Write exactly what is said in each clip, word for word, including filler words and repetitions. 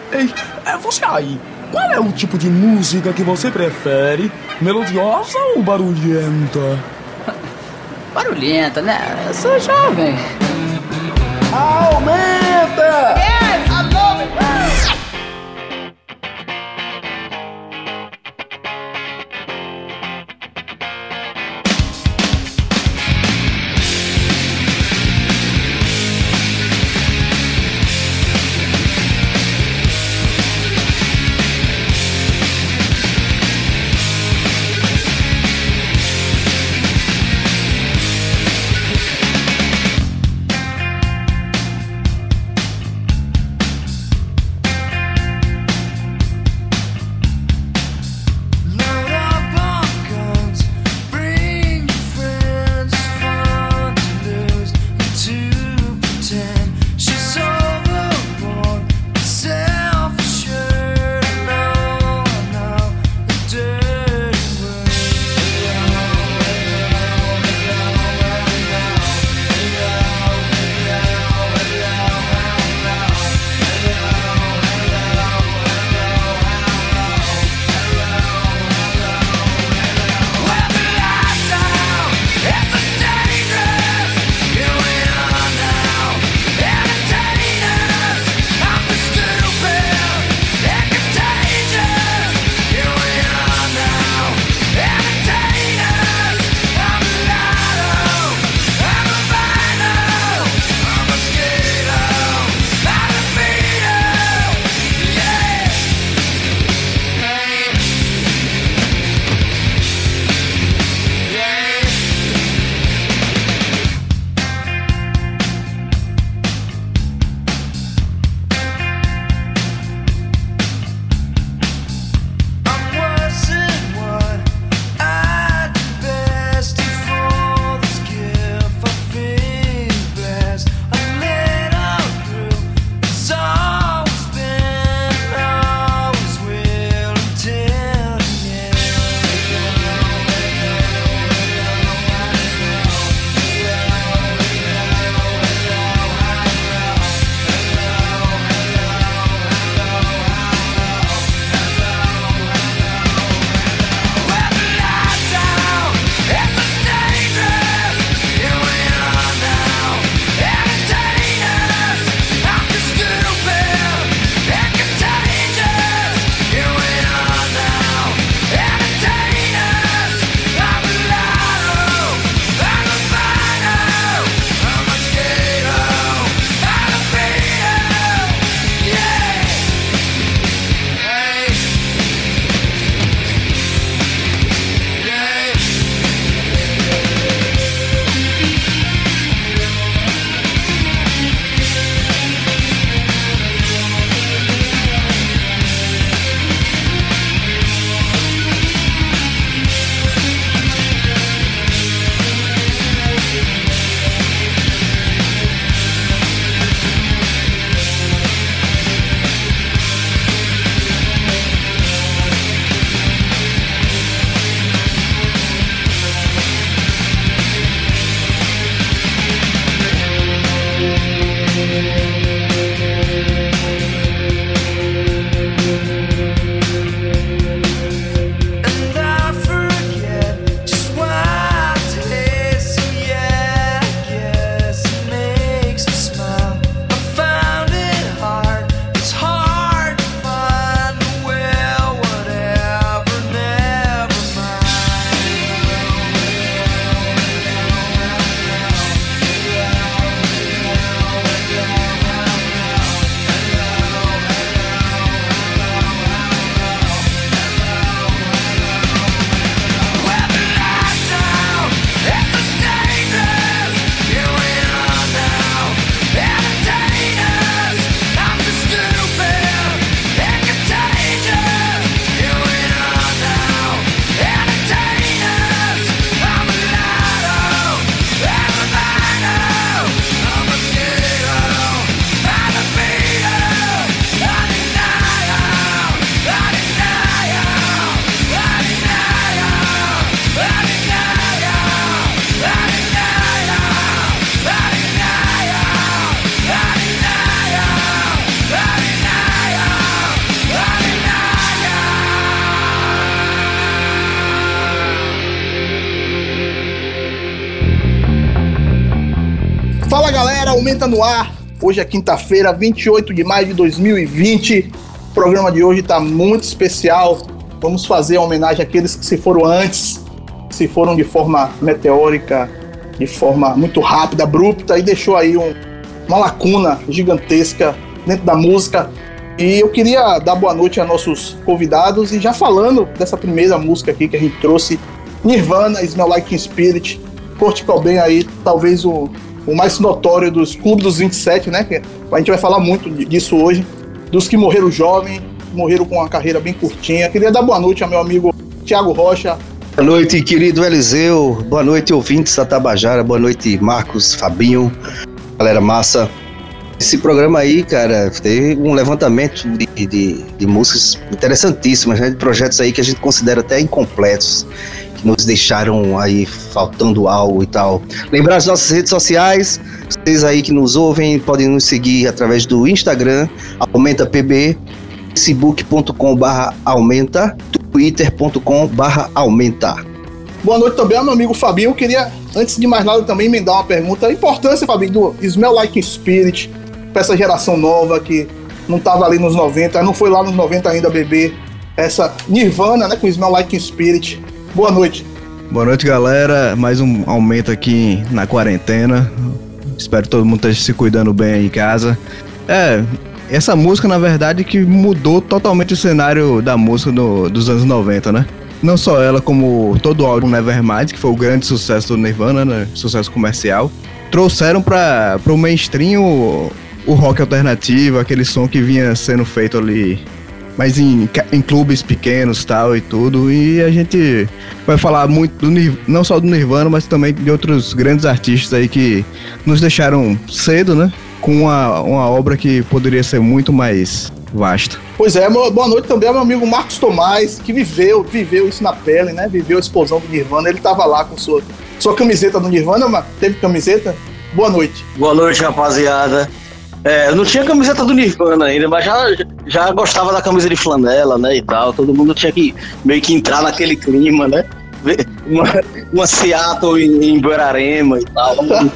Ei, é você aí. Qual é o tipo de música que você prefere? Melodiosa ou barulhenta? Barulhenta, né? Eu sou jovem. Aumenta! Yes, I love it! Aumenta no ar. Hoje é quinta-feira, vinte e oito de maio de dois mil e vinte. O programa de hoje está muito especial. Vamos fazer uma homenagem àqueles que se foram antes, que se foram de forma meteórica, de forma muito rápida, abrupta, e deixou aí um, uma lacuna gigantesca dentro da música. E eu queria dar boa noite a nossos convidados, e já falando dessa primeira música aqui que a gente trouxe, Nirvana, Smell Like Teen Spirit. Kurt Cobain aí, talvez o, o mais notório dos Clubes dos vinte e sete, né? Que a gente vai falar muito disso hoje, dos que morreram jovem, morreram com uma carreira bem curtinha. Queria dar boa noite ao meu amigo Thiago Rocha. Boa noite, querido Eliseu. Boa noite, ouvintes da Tabajara. Boa noite, Marcos, Fabinho, galera massa. Esse programa aí, cara, teve um levantamento de, de, de músicas interessantíssimas, né? De projetos aí que a gente considera até incompletos, que nos deixaram aí faltando algo e tal. Lembrar as nossas redes sociais, vocês aí que nos ouvem podem nos seguir através do Instagram, AumentaPB, facebook ponto com barra aumenta, twitter ponto com barra aumenta. Boa noite também ao meu amigo Fabinho. Eu queria, antes de mais nada, também emendar uma pergunta. A importância, Fabinho, do Smell Like Teen Spirit para essa geração nova que não estava ali nos noventa, não foi lá nos noventa ainda beber essa Nirvana, né, com Smell Like Teen Spirit. Boa noite. Boa noite, galera. Mais um aumento aqui na quarentena. Espero que todo mundo esteja se cuidando bem aí em casa. É, essa música, na verdade, que mudou totalmente o cenário da música do, dos anos noventa, né? Não só ela, como todo o álbum Nevermind, que foi o grande sucesso do Nirvana, né? Sucesso comercial. Trouxeram para o mainstream o, o rock alternativo, aquele som que vinha sendo feito ali, mas em, em clubes pequenos tal e tudo. E a gente vai falar muito, do, não só do Nirvana, mas também de outros grandes artistas aí que nos deixaram cedo, né? Com uma, uma obra que poderia ser muito mais vasta. Pois é, boa noite também ao meu amigo Marcos Tomás, que viveu, viveu isso na pele, né? Viveu a explosão do Nirvana. Ele tava lá com sua, sua camiseta do Nirvana, mas teve camiseta? Boa noite. Boa noite, rapaziada. É, eu não tinha camiseta do Nirvana ainda, mas já, já gostava da camisa de flanela, né, e tal. Todo mundo tinha que meio que entrar naquele clima, né? Uma, uma Seattle em, em Guararema e tal.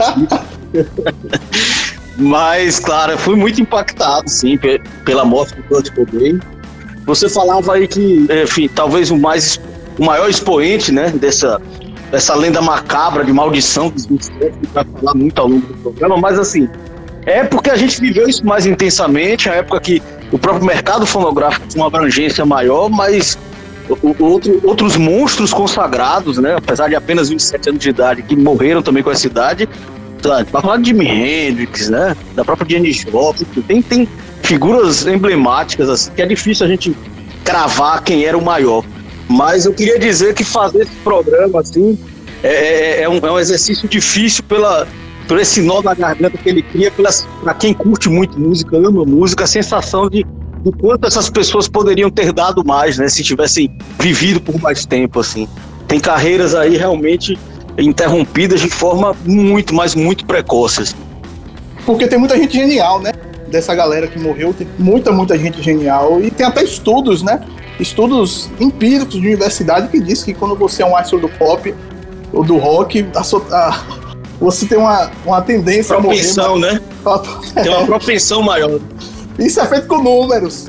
Mas, claro, eu fui muito impactado, sim, pela morte do Kurt Cobain. Você falava aí que, enfim, talvez o, mais, o maior expoente, né, dessa, dessa lenda macabra de maldição dos vinte e sete, que vai falar muito ao longo do programa, mas assim, é porque a gente viveu isso mais intensamente, a época que o próprio mercado fonográfico tinha uma abrangência maior, mas o, outro, outros monstros consagrados, né, apesar de apenas vinte e sete anos de idade, que morreram também com essa idade. Vai falar de Jimi Hendrix, né? Da própria Janis Joplin. Tem, tem figuras emblemáticas, assim, que é difícil a gente cravar quem era o maior. Mas eu queria dizer que fazer esse programa, assim, é, é, é, um, é um exercício difícil pela, por esse nó na garganta que ele cria, para quem curte muito música, ama música, a sensação de do quanto essas pessoas poderiam ter dado mais, né? Se tivessem vivido por mais tempo, assim. Tem carreiras aí realmente interrompidas de forma muito, mas muito precoce. Porque tem muita gente genial, né? Dessa galera que morreu, tem muita, muita gente genial. E tem até estudos, né? Estudos empíricos de universidade que diz que quando você é um astro do pop ou do rock, a sua, a, você tem uma, uma tendência propensão, a morrer. Propensão, né? Tem uma propensão maior. Isso é feito com números.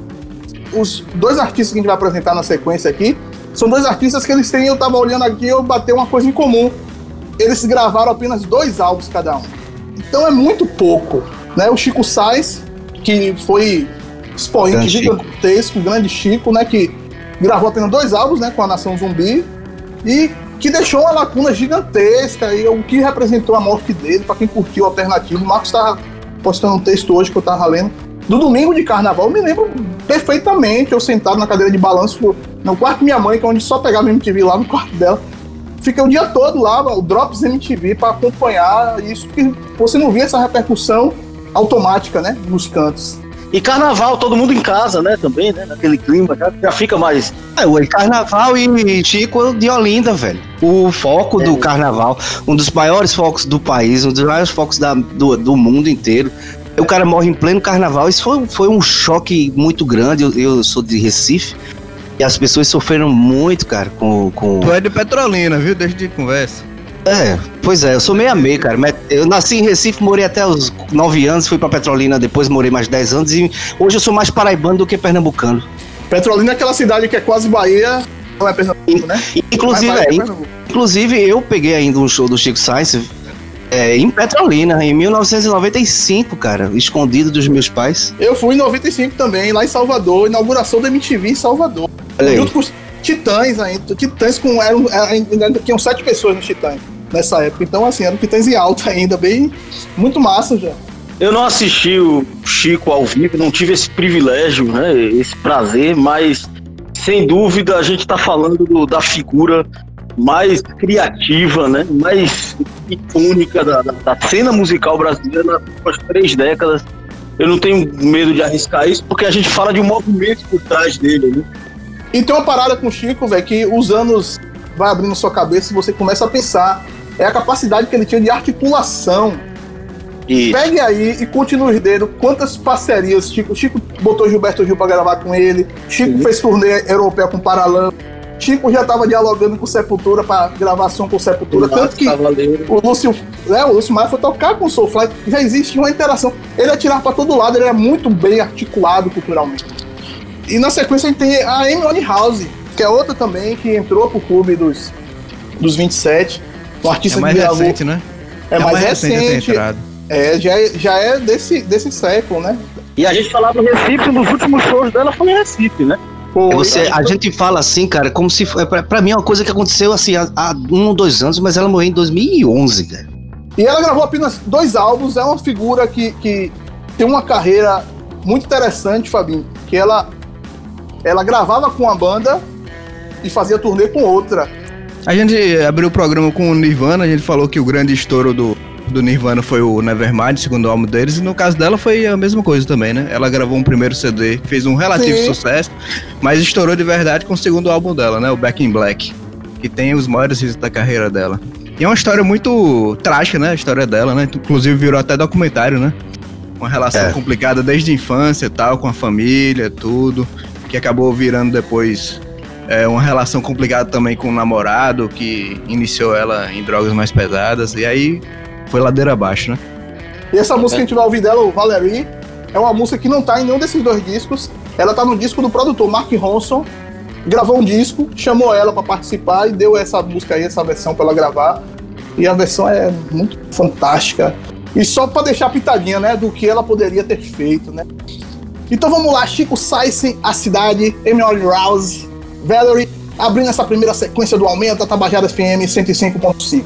Os dois artistas que a gente vai apresentar na sequência aqui são dois artistas que eles têm, eu tava olhando aqui, eu batei uma coisa em comum. Eles gravaram apenas dois álbuns cada um. Então é muito pouco, né? O Chico Sainz, que foi expoente grande gigantesco, Chico. grande Chico, né? Que gravou apenas dois álbuns, né? Com a Nação Zumbi. E que deixou uma lacuna gigantesca. E o que representou a morte dele, para quem curtiu o alternativo. O Marcos estava postando um texto hoje que eu estava lendo. Do domingo de carnaval, eu me lembro perfeitamente. Eu sentado na cadeira de balanço no quarto da minha mãe, que é onde só pegava M T V lá no quarto dela. Fiquei o dia todo lá, o Drops M T V, para acompanhar isso, que você não via essa repercussão automática, né, nos cantos. E carnaval, todo mundo em casa, né, também, né, naquele clima, já, já fica mais... É, o carnaval e Chico de Olinda, velho. O foco é. do carnaval, um dos maiores focos do país, um dos maiores focos da, do, do mundo inteiro. O cara morre em pleno carnaval, isso foi, foi um choque muito grande. Eu, eu sou de Recife, e as pessoas sofreram muito, cara, com... com... Tu é de Petrolina, viu? Deixa de conversa. É, pois é, eu sou meio a meio, cara. Eu nasci em Recife, morei até os nove anos, fui pra Petrolina, depois morei mais dez anos e hoje eu sou mais paraibano do que pernambucano. Petrolina é aquela cidade que é quase Bahia, não é Pernambuco, né? Inclusive, é, é inclusive eu peguei ainda um show do Chico Sainz é, em Petrolina, em mil novecentos e noventa e cinco, cara, escondido dos meus pais. Eu fui em noventa e cinco também, lá em Salvador, inauguração da M T V em Salvador. Junto com os Titãs ainda, Titãs com, eram, ainda tinham sete pessoas no Titãs nessa época, então assim, eram Titãs em alta ainda, bem, muito massa já. Eu não assisti o Chico ao vivo, não tive esse privilégio, né, esse prazer, mas sem dúvida a gente tá falando do, da figura mais criativa, né, mais icônica da, da, da cena musical brasileira nas últimas três décadas. Eu não tenho medo de arriscar isso, porque a gente fala de um movimento por trás dele, né? E tem uma parada com o Chico, velho, que os anos vai abrindo sua cabeça e você começa a pensar. É a capacidade que ele tinha de articulação. Isso. Pegue aí e continue os dedos. Quantas parcerias Chico... Chico botou Gilberto Gil pra gravar com ele. Chico Sim. fez turnê europeu com Paralama. Chico já tava dialogando com Sepultura pra gravar som com Sepultura. Tanto que o Lúcio, né, o Lúcio Maia foi tocar com o Soulfly. Já existia uma interação. Ele ia tirar pra todo lado, ele era muito bem articulado culturalmente. E na sequência a gente tem a Amy Winehouse, que é outra também, que entrou pro clube dos, dos vinte e sete. Um artista é mais que gravou, recente, né? É, é mais, mais recente. É, já é, já é desse, desse século, né? E a gente falava Recife, um dos últimos shows dela foi em Recife, né? Pô, você, a gente fala assim, cara, como se... Pra, pra mim é uma coisa que aconteceu assim há, há um ou dois anos, mas ela morreu em dois mil e onze, cara. E ela gravou apenas dois álbuns, é uma figura que, que tem uma carreira muito interessante, Fabinho, que ela... Ela gravava com uma banda e fazia turnê com outra. A gente abriu o programa com o Nirvana, a gente falou que o grande estouro do, do Nirvana foi o Nevermind, segundo álbum deles, e no caso dela foi a mesma coisa também, né? Ela gravou um primeiro C D, fez um relativo Sim. sucesso, mas estourou de verdade com o segundo álbum dela, né? O Back in Black, que tem os maiores hits da carreira dela. E é uma história muito trágica, né? A história dela, né? Inclusive virou até documentário, né? Uma relação é. complicada desde a infância e tal, com a família, tudo... que acabou virando depois é, uma relação complicada também com o namorado, que iniciou ela em drogas mais pesadas, e aí foi ladeira abaixo, né? E essa música que a gente vai ouvir dela, o Valerie, é uma música que não tá em nenhum desses dois discos, ela tá no disco do produtor Mark Ronson, gravou um disco, chamou ela pra participar e deu essa música aí, essa versão pra ela gravar, e a versão é muito fantástica, e só pra deixar pitadinha, né, do que ela poderia ter feito, né? Então vamos lá, Chico Sainz, A Cidade, Amy Winehouse, Valerie, abrindo essa primeira sequência do Aumenta, Tabajara F M cento e cinco ponto cinco.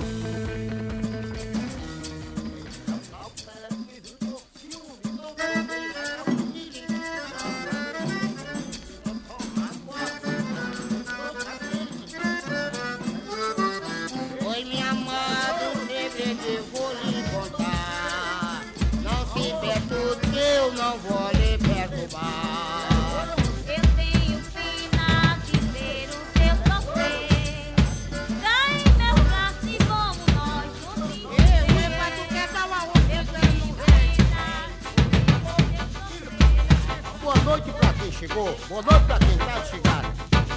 Oi, minha amada, o segredo eu vou lhe contar. Não se perturbe, eu não vou lhe perturbar. Eu tenho pena de ver o seu sofrer. Cai em meu braço e vamos nós juntos. Ei, mas tu quer dar uma outra? Eu tenho pena de ver o seu sofrer. Boa noite pra quem chegou, boa noite pra quem tá de chegada.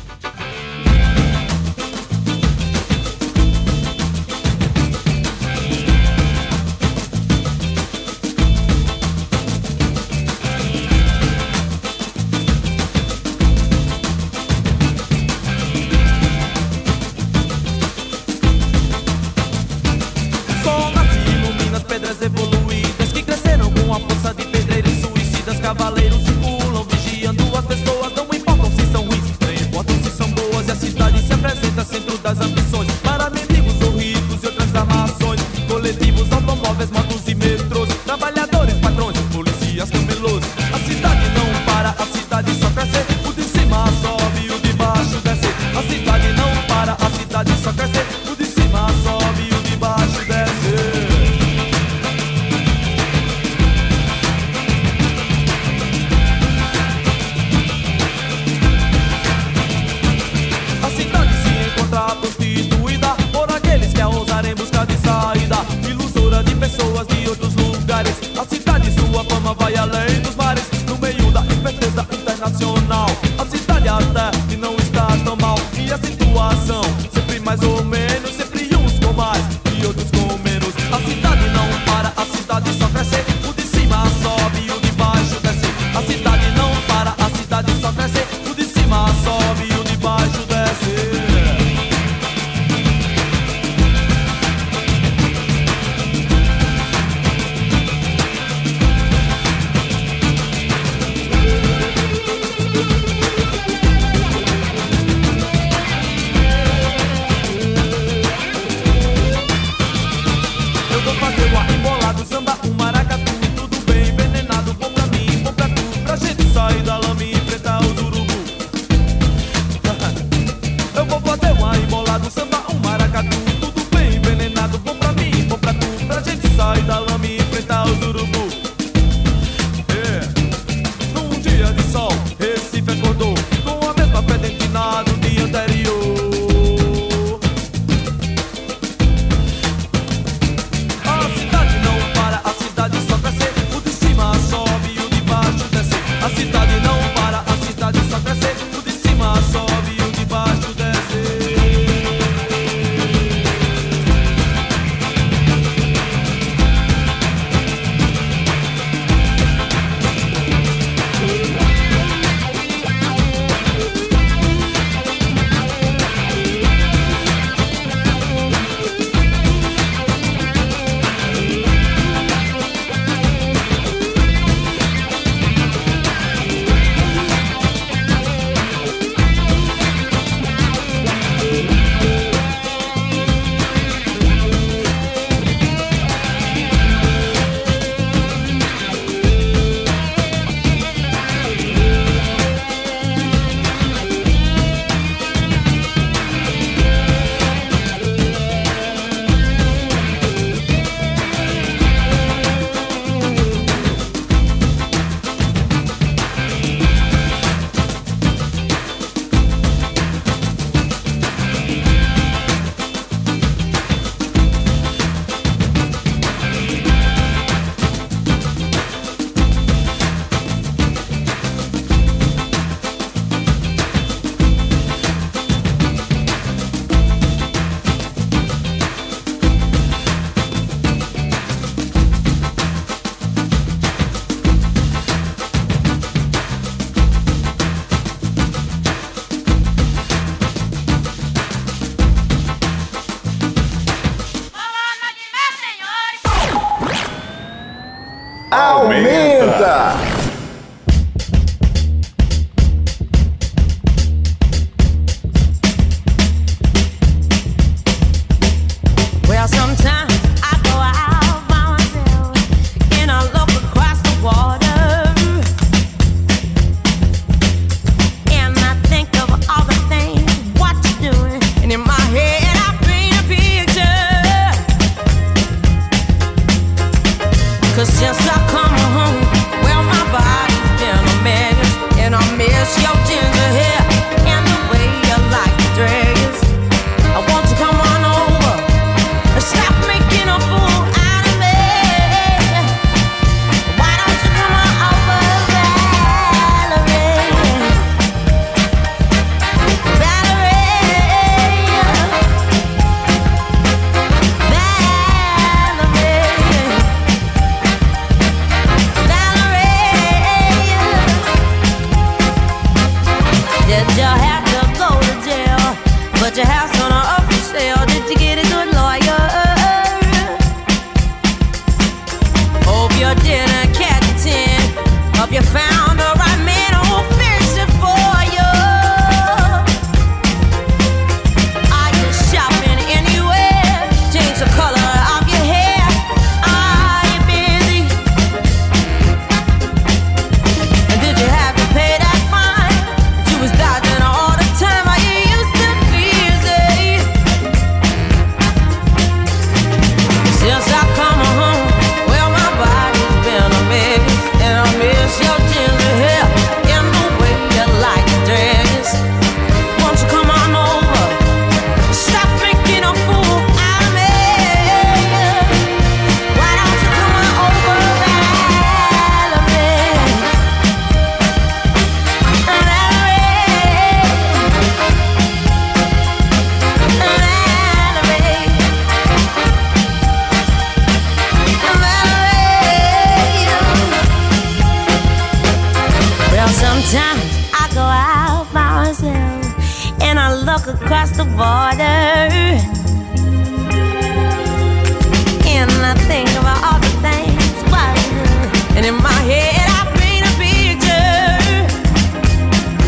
Evoluídas que cresceram com a força de pedreiros suicidas, cavaleiros circulam, vigiando as pessoas, não importam se são ruins, nem importam se são boas, e a cidade se apresenta centro das ambições, para mendigos ou ricos e outras armações, coletivos, automóveis, motos e metrôs, trabalhadores, patrões, polícias, camelôs. A cidade não para, a cidade só cresce, o de cima sobe e o de baixo desce. A cidade não para, a cidade só cresce, o de cima sobe e o de baixo desce. Pessoas de outros lugares, a cidade, sua fama vai além dos mares, no meio da esperteza internacional. A cidade até que não está tão mal, e a situação sempre mais ou menos, sempre uns com mais, Eu vou fazer o ar embolado, samba, um maracatu, tudo bem envenenado, bom pra mim, bom pra tu, pra gente sair da lama e enfrentar os urubu. Eu vou fazer o ar embolado, samba, um maracatu, tudo bem envenenado, bom pra mim, bom pra tu, pra gente sair da lama e enfrentar os urubu. É. Num dia de sol, Recife acordou com a mesma fé dentina do dia anterior. A cidade não para, a cidade só cresce, o de cima sobe e o de baixo desce. A cidade não para, a cidade só cresce, o de cima sobe e o de baixo desce. Aumenta! Well, sometimes I go out by myself and I look across the water and I think of all the things what you're doing, and in my head I paint a picture. 'Cause since I come home, well, my body's been a mess, and I miss your ginger hair and the way you like to dress. I want to come on over and stop making a fool out of me. Why don't you come on over, Valerie? Valerie, Valerie. Did you have to go to jail? Put your house on a up for sale. Did you get a good lawyer? Hope you didn't catch a tin. Hope you found the right man who'll fix it for you. Are you shopping anywhere? Change the color of your hair. Are you busy? And did you have to pay that fine? You was dodging all the time. Are you used to busy? Since I come home, well, my body's been a mess, and I miss your ginger hair and the way you like to dress. Won't you come on over? Stop making a fool out of me. Why don't you come on over, Valerie? Well, sometimes I go out by myself and I look across the border and I think about all the things what I do. And in my head I paint a picture.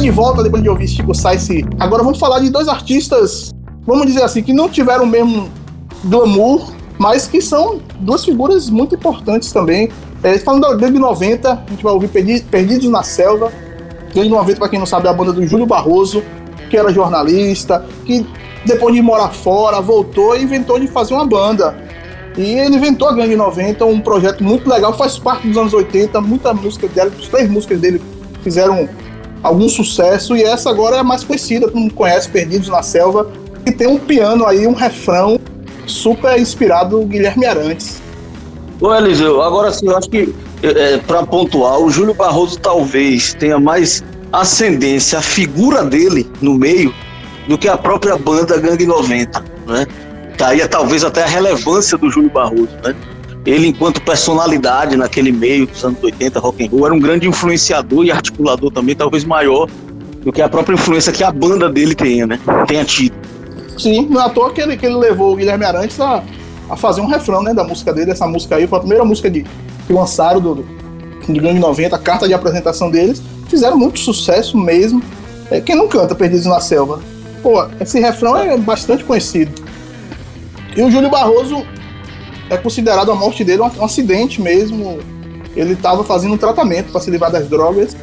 de volta depois de ouvir Chico Sainz. Agora vamos falar de dois artistas, vamos dizer assim, que não tiveram o mesmo glamour, mas que são duas figuras muito importantes também. É, falando da Gangue noventa, a gente vai ouvir Perdidos na Selva. Gangue noventa, para quem não sabe, é a banda do Júlio Barroso, que era jornalista, que depois de morar fora, voltou e inventou de fazer uma banda. E ele inventou a Gangue noventa, um projeto muito legal, faz parte dos anos oitenta, muita música dele, as três músicas dele fizeram algum sucesso, e essa agora é a mais conhecida, todo mundo conhece, Perdidos na Selva, que tem um piano aí, um refrão super inspirado do Guilherme Arantes. Ô Eliseu, agora sim, eu acho que é, para pontuar, o Júlio Barroso talvez tenha mais ascendência, a figura dele no meio, do que a própria banda Gangue noventa, né? Daí talvez até a relevância do Júlio Barroso, né? Ele, enquanto personalidade naquele meio dos anos oitenta, rock and roll, era um grande influenciador e articulador também, talvez maior do que a própria influência que a banda dele tenha, né? Tenha tido. Sim, não é à toa que ele, que ele levou o Guilherme Arantes a, a fazer um refrão, né, da música dele. Essa música aí foi a primeira música de, que lançaram do, do Gangue noventa, a carta de apresentação deles. Fizeram muito sucesso mesmo. É, quem não canta Perdidos na Selva? Pô, esse refrão é bastante conhecido. E o Júlio Barroso é considerado a morte dele um, um acidente mesmo. Ele estava fazendo um tratamento para se livrar das drogas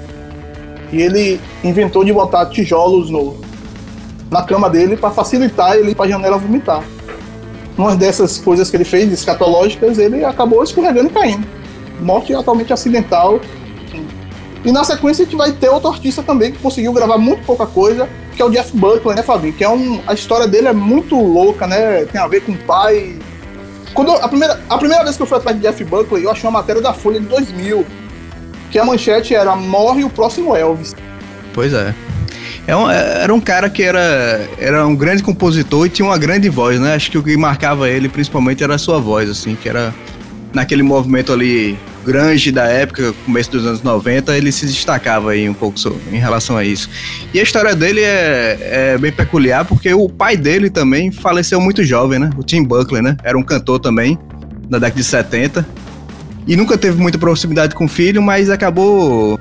e ele inventou de botar tijolos no, na cama dele para facilitar ele ir para a janela vomitar. Uma dessas coisas que ele fez, escatológicas, ele acabou escorregando e caindo. Morte totalmente acidental. E na sequência a gente vai ter outro artista também que conseguiu gravar muito pouca coisa, que é o Jeff Buckley, né, Fabinho? Que é um, a história dele é muito louca, né? Tem a ver com o pai. Quando eu, a, primeira, a primeira vez que eu fui atrás de Jeff Buckley, eu achei uma matéria da Folha de dois mil, que a manchete era "Morre o próximo Elvis". Pois é. É um, era um cara que era, era um grande compositor e tinha uma grande voz, né? Acho que o que marcava ele principalmente era a sua voz, assim, que era naquele movimento ali grunge da época, começo dos anos noventa, ele se destacava aí um pouco em relação a isso. E a história dele é, é bem peculiar, porque o pai dele também faleceu muito jovem, né? O Tim Buckley, né? Era um cantor também, da década de setenta, e nunca teve muita proximidade com o filho, mas acabou...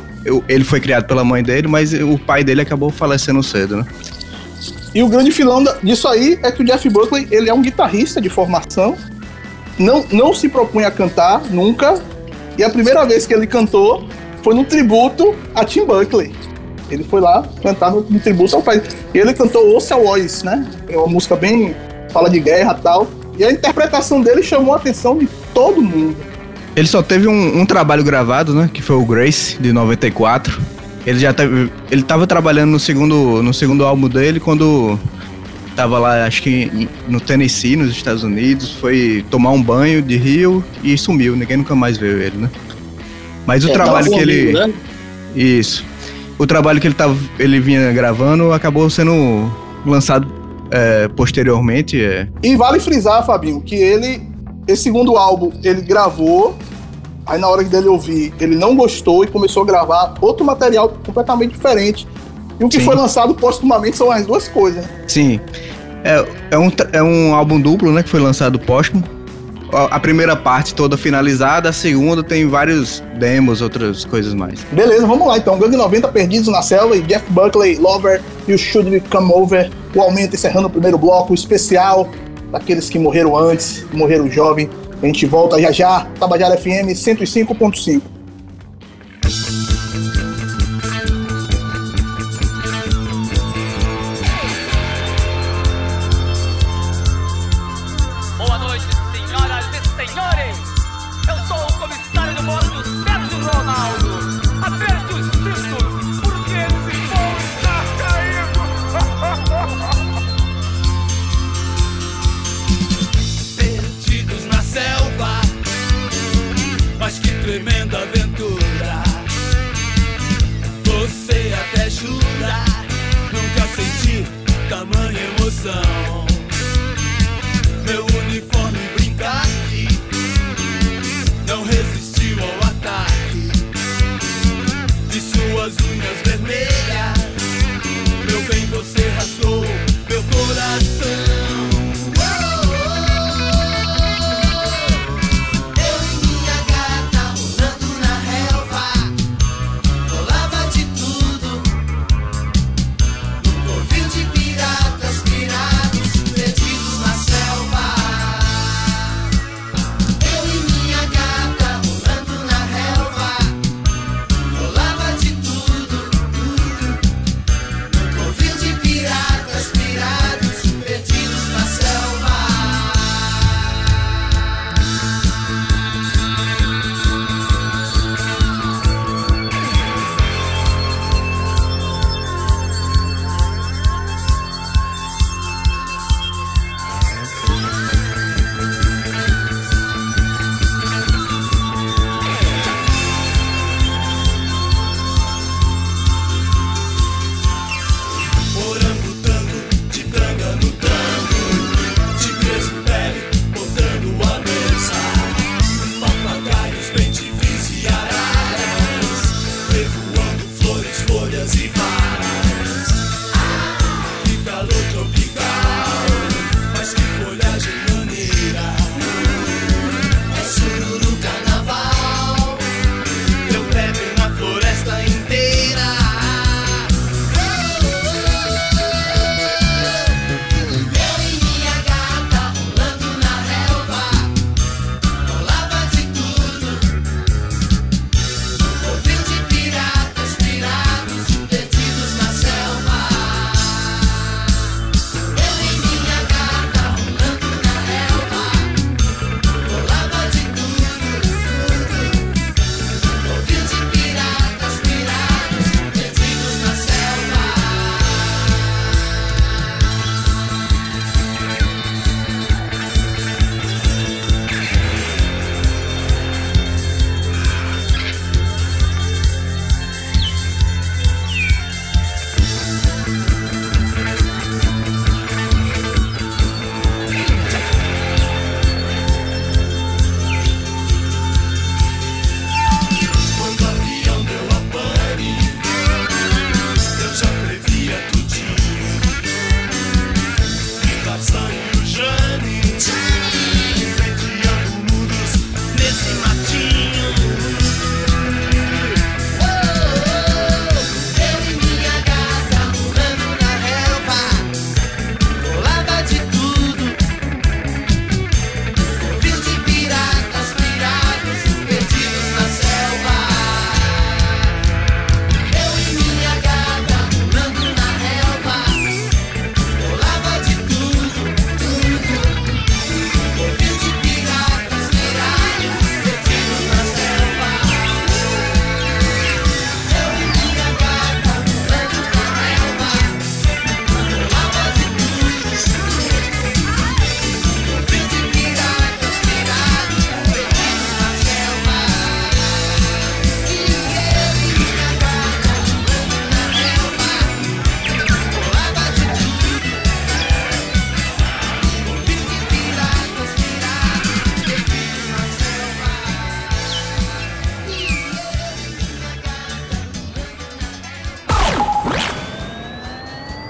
Ele foi criado pela mãe dele, mas o pai dele acabou falecendo cedo, né? E o grande filão disso aí é que o Jeff Buckley, ele é um guitarrista de formação, não, não se propunha a cantar, nunca, e a primeira vez que ele cantou foi no tributo a Tim Buckley. Ele foi lá cantar no, no tributo ao pai. E ele cantou Ouça Voz, né? É uma música bem... fala de guerra e tal. E a interpretação dele chamou a atenção de todo mundo. Ele só teve um, um trabalho gravado, né? Que foi o Grace, de noventa e quatro. Ele já teve... Ele tava trabalhando no segundo, no segundo álbum dele quando... Tava lá, acho que no Tennessee, nos Estados Unidos, foi tomar um banho de rio e sumiu, ninguém nunca mais viu ele, né? Mas o é, trabalho que ele... Né? Isso. O trabalho que ele, tava, ele vinha gravando acabou sendo lançado é, posteriormente. É... E vale frisar, Fabinho, que ele, esse segundo álbum, ele gravou, aí na hora dele ouvir, ele não gostou e começou a gravar outro material completamente diferente. E o que Sim. foi lançado postumamente são as duas coisas. Sim. É, é, um, é um álbum duplo, né? Que foi lançado póstumo. A, a primeira parte toda finalizada, a segunda tem vários demos, outras coisas mais. Beleza, vamos lá então. Gangue noventa, Perdidos na Selva, e Jeff Buckley, Lover, e o Should We Come Over. O Aumento encerrando o primeiro bloco, o especial daqueles que morreram antes, morreram jovem. A gente volta já já. Tabajara F M cento e cinco ponto cinco.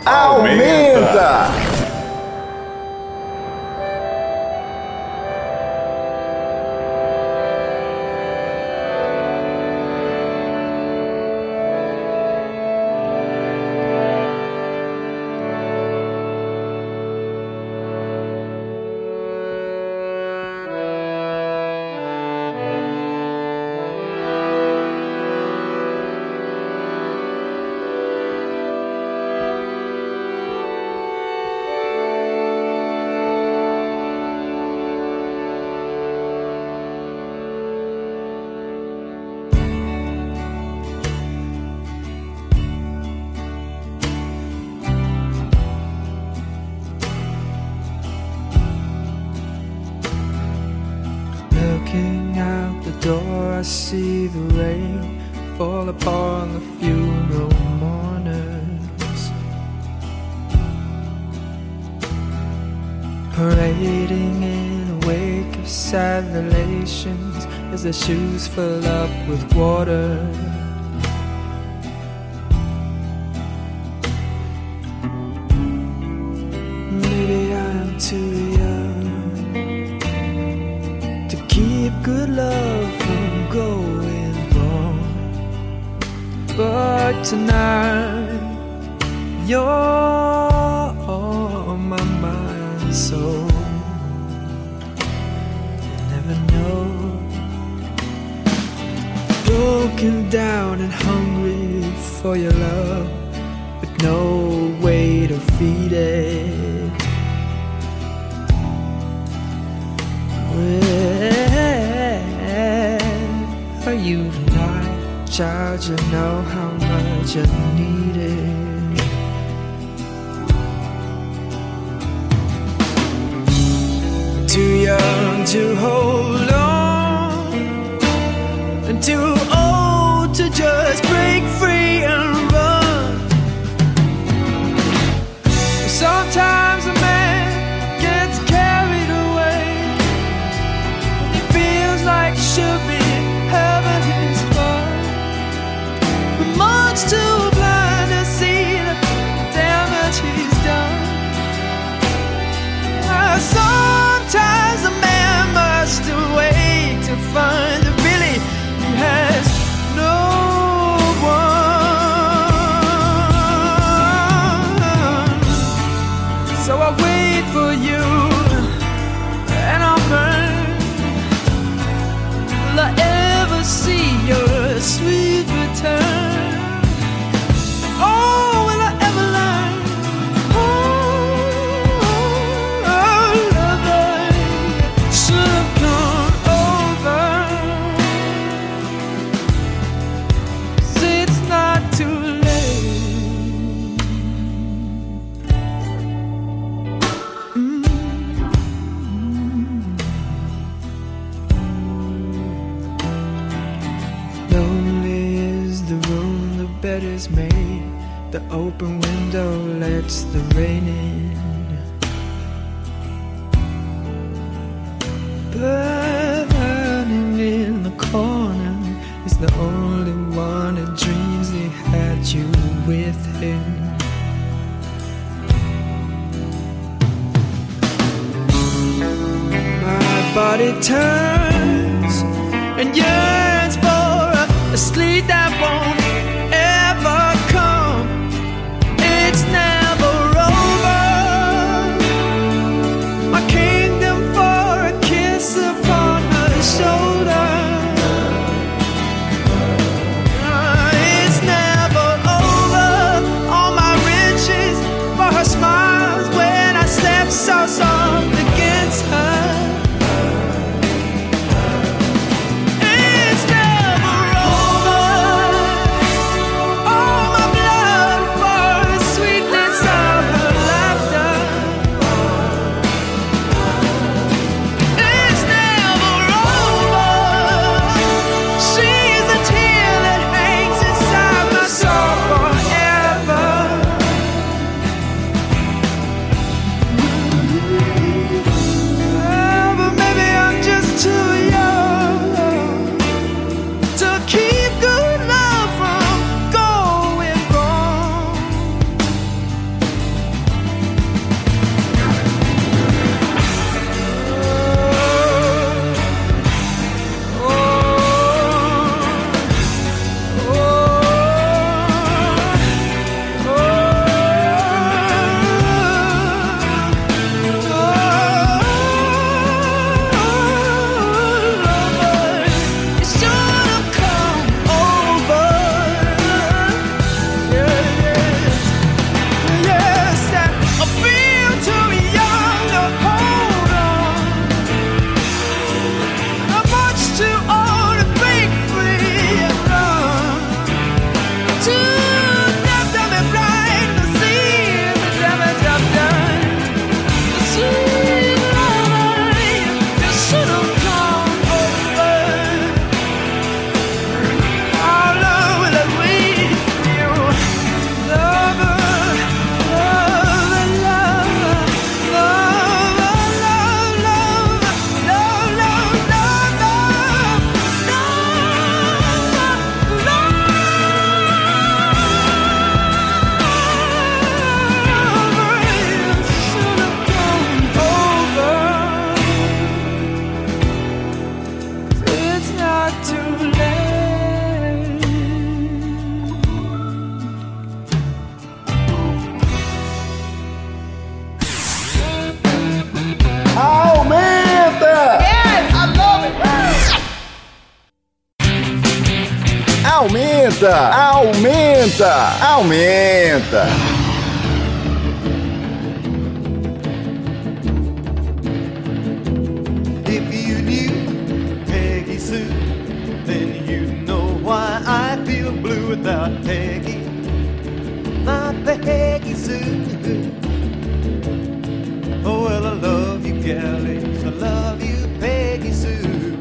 aumenta. Looking out the door, I see the rain fall upon the funeral mourners, parading in a wake of sad relations as their shoes fill up with water. Maybe I'm too young to keep good love from going wrong, but tonight you're on my mind, so you never know. Broken down and hungry for your love, with no way to feed it. Where are you tonight, child? You know how much I need it. Too young to hold on, and too old to just break free and run. Sometimes a man gets carried away, like should be having his fun, but much too blind to see the damage he's done. Uh, sometimes a man must wait to find that really he has no one. So I wait for you, and I'll burn. Will I ever see your sweet return? Oh, will I ever learn? Oh, oh love, I should have gone over. See, it's not too late. Mm-hmm. Lonely is the room the bed is made, the open window lets the rain in. Burning in the corner is the only one that dreams he had you with him. My body turns and yearns for a sleep that won't ever come. It's never over. My kingdom for a kiss upon her shoulder. Uh, it's never over. All my riches for her smiles when I slept so soft against her. aumenta, aumenta, aumenta. If you knew Peggy Sue, then you know why I feel blue without Peggy. My Peggy Sue. Oh, well, I love you, galleys. I love you, Peggy Sue.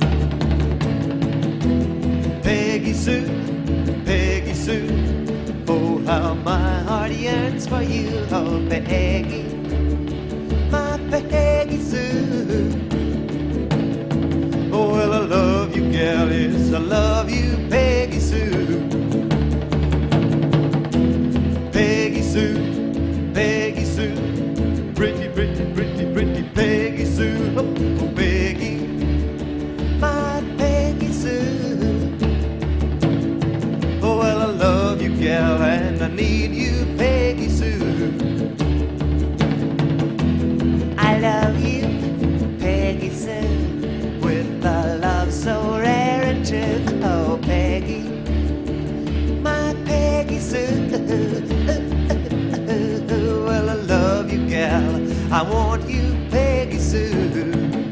Peggy Sue, Peggy Sue. Oh, how my heart yearns for you, oh, Peggy. My Peggy Sue. Oh, well, I love you, galleys. I love you, Peggy Sue. Peggy Sue, Peggy Sue. Pretty, pretty, pretty, pretty Peggy Sue. Oh, oh, Peggy. My Peggy Sue. Oh, well, I love you, gal, and I need you, Peggy Sue. I love you, Peggy Sue. A love so rare and true, oh Peggy, my Peggy Sue. Well, I love you, gal, I want you, Peggy Sue.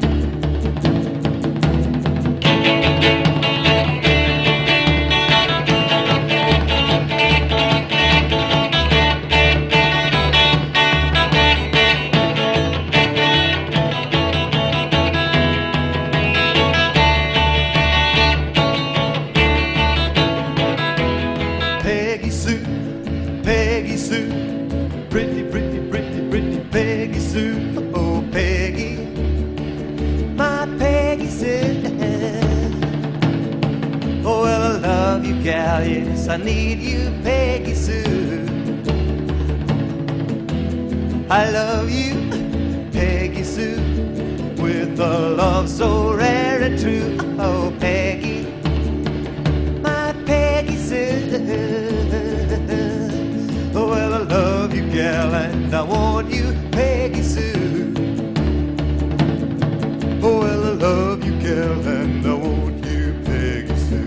Pretty, pretty, pretty, pretty Peggy Sue. Oh, Peggy, my Peggy Sue. Oh, well, I love you, gal, yes, I need you, Peggy Sue. I love you, Peggy Sue, with a love so rare and true. Oh, Peggy, my Peggy Sue. Oh, well, I love you, gal, and I want you, Peggy Sue. Oh, well, I love you, gal, and I want you, Peggy Sue.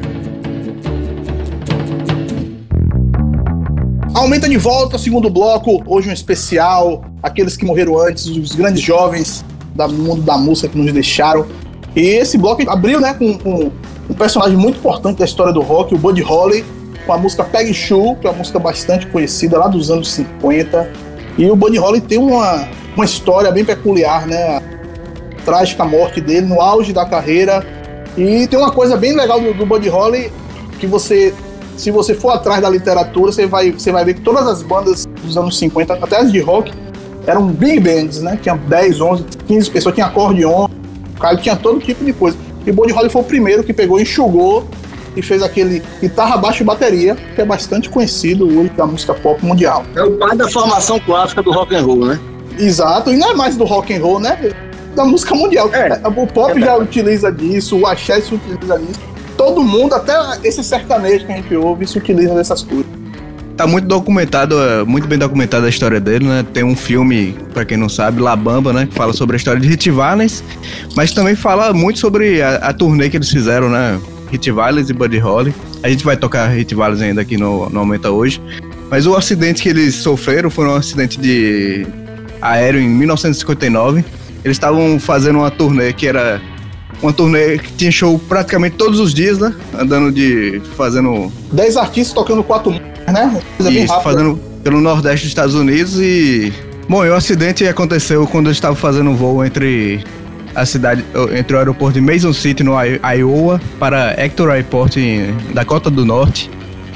Aumenta de volta, segundo bloco, hoje um especial, aqueles que morreram antes, os grandes jovens do mundo da música que nos deixaram. E esse bloco abriu, né, com, com um personagem muito importante da história do rock, o Buddy Holly, com a música Peggy Sue, que é uma música bastante conhecida lá dos anos cinquenta. E o Buddy Holly tem uma, uma história bem peculiar, né? A trágica morte dele no auge da carreira. E tem uma coisa bem legal do, do Buddy Holly, que você, se você for atrás da literatura, você vai, você vai ver que todas as bandas dos anos cinquenta, até as de rock, eram big bands, né? Tinha dez, onze, quinze pessoas, tinha acordeon, o cara tinha todo tipo de coisa. E o Buddy Holly foi o primeiro que pegou e enxugou e fez aquele guitarra, baixo e bateria, que é bastante conhecido hoje da música pop mundial. É o pai da formação clássica do rock and roll, né? Exato, e não é mais do rock and roll, né? Da música mundial. É, o pop é já utiliza disso, o axé se utiliza disso. Todo mundo, até esse sertanejo que a gente ouve, se utiliza dessas coisas. Tá muito documentado, muito bem documentada a história dele, né? Tem um filme, pra quem não sabe, La Bamba, né? Que fala sobre a história de Ritchie Valens, mas também fala muito sobre a, a turnê que eles fizeram, né? Ritchie Valens e Buddy Holly. A gente vai tocar Ritchie Valens ainda aqui no, no Aumenta hoje. Mas o acidente que eles sofreram foi um acidente de aéreo em mil novecentos e cinquenta e nove. Eles estavam fazendo uma turnê que era uma turnê que tinha show praticamente todos os dias, né? Andando de... fazendo... Dez artistas tocando quatro músicas, né? Coisa Isso, fazendo pelo Nordeste dos Estados Unidos e... Bom, e o acidente aconteceu quando eles estavam fazendo um voo entre... a cidade, entre o aeroporto de Mason City, no Iowa, para Hector Airport, em Dakota do Norte.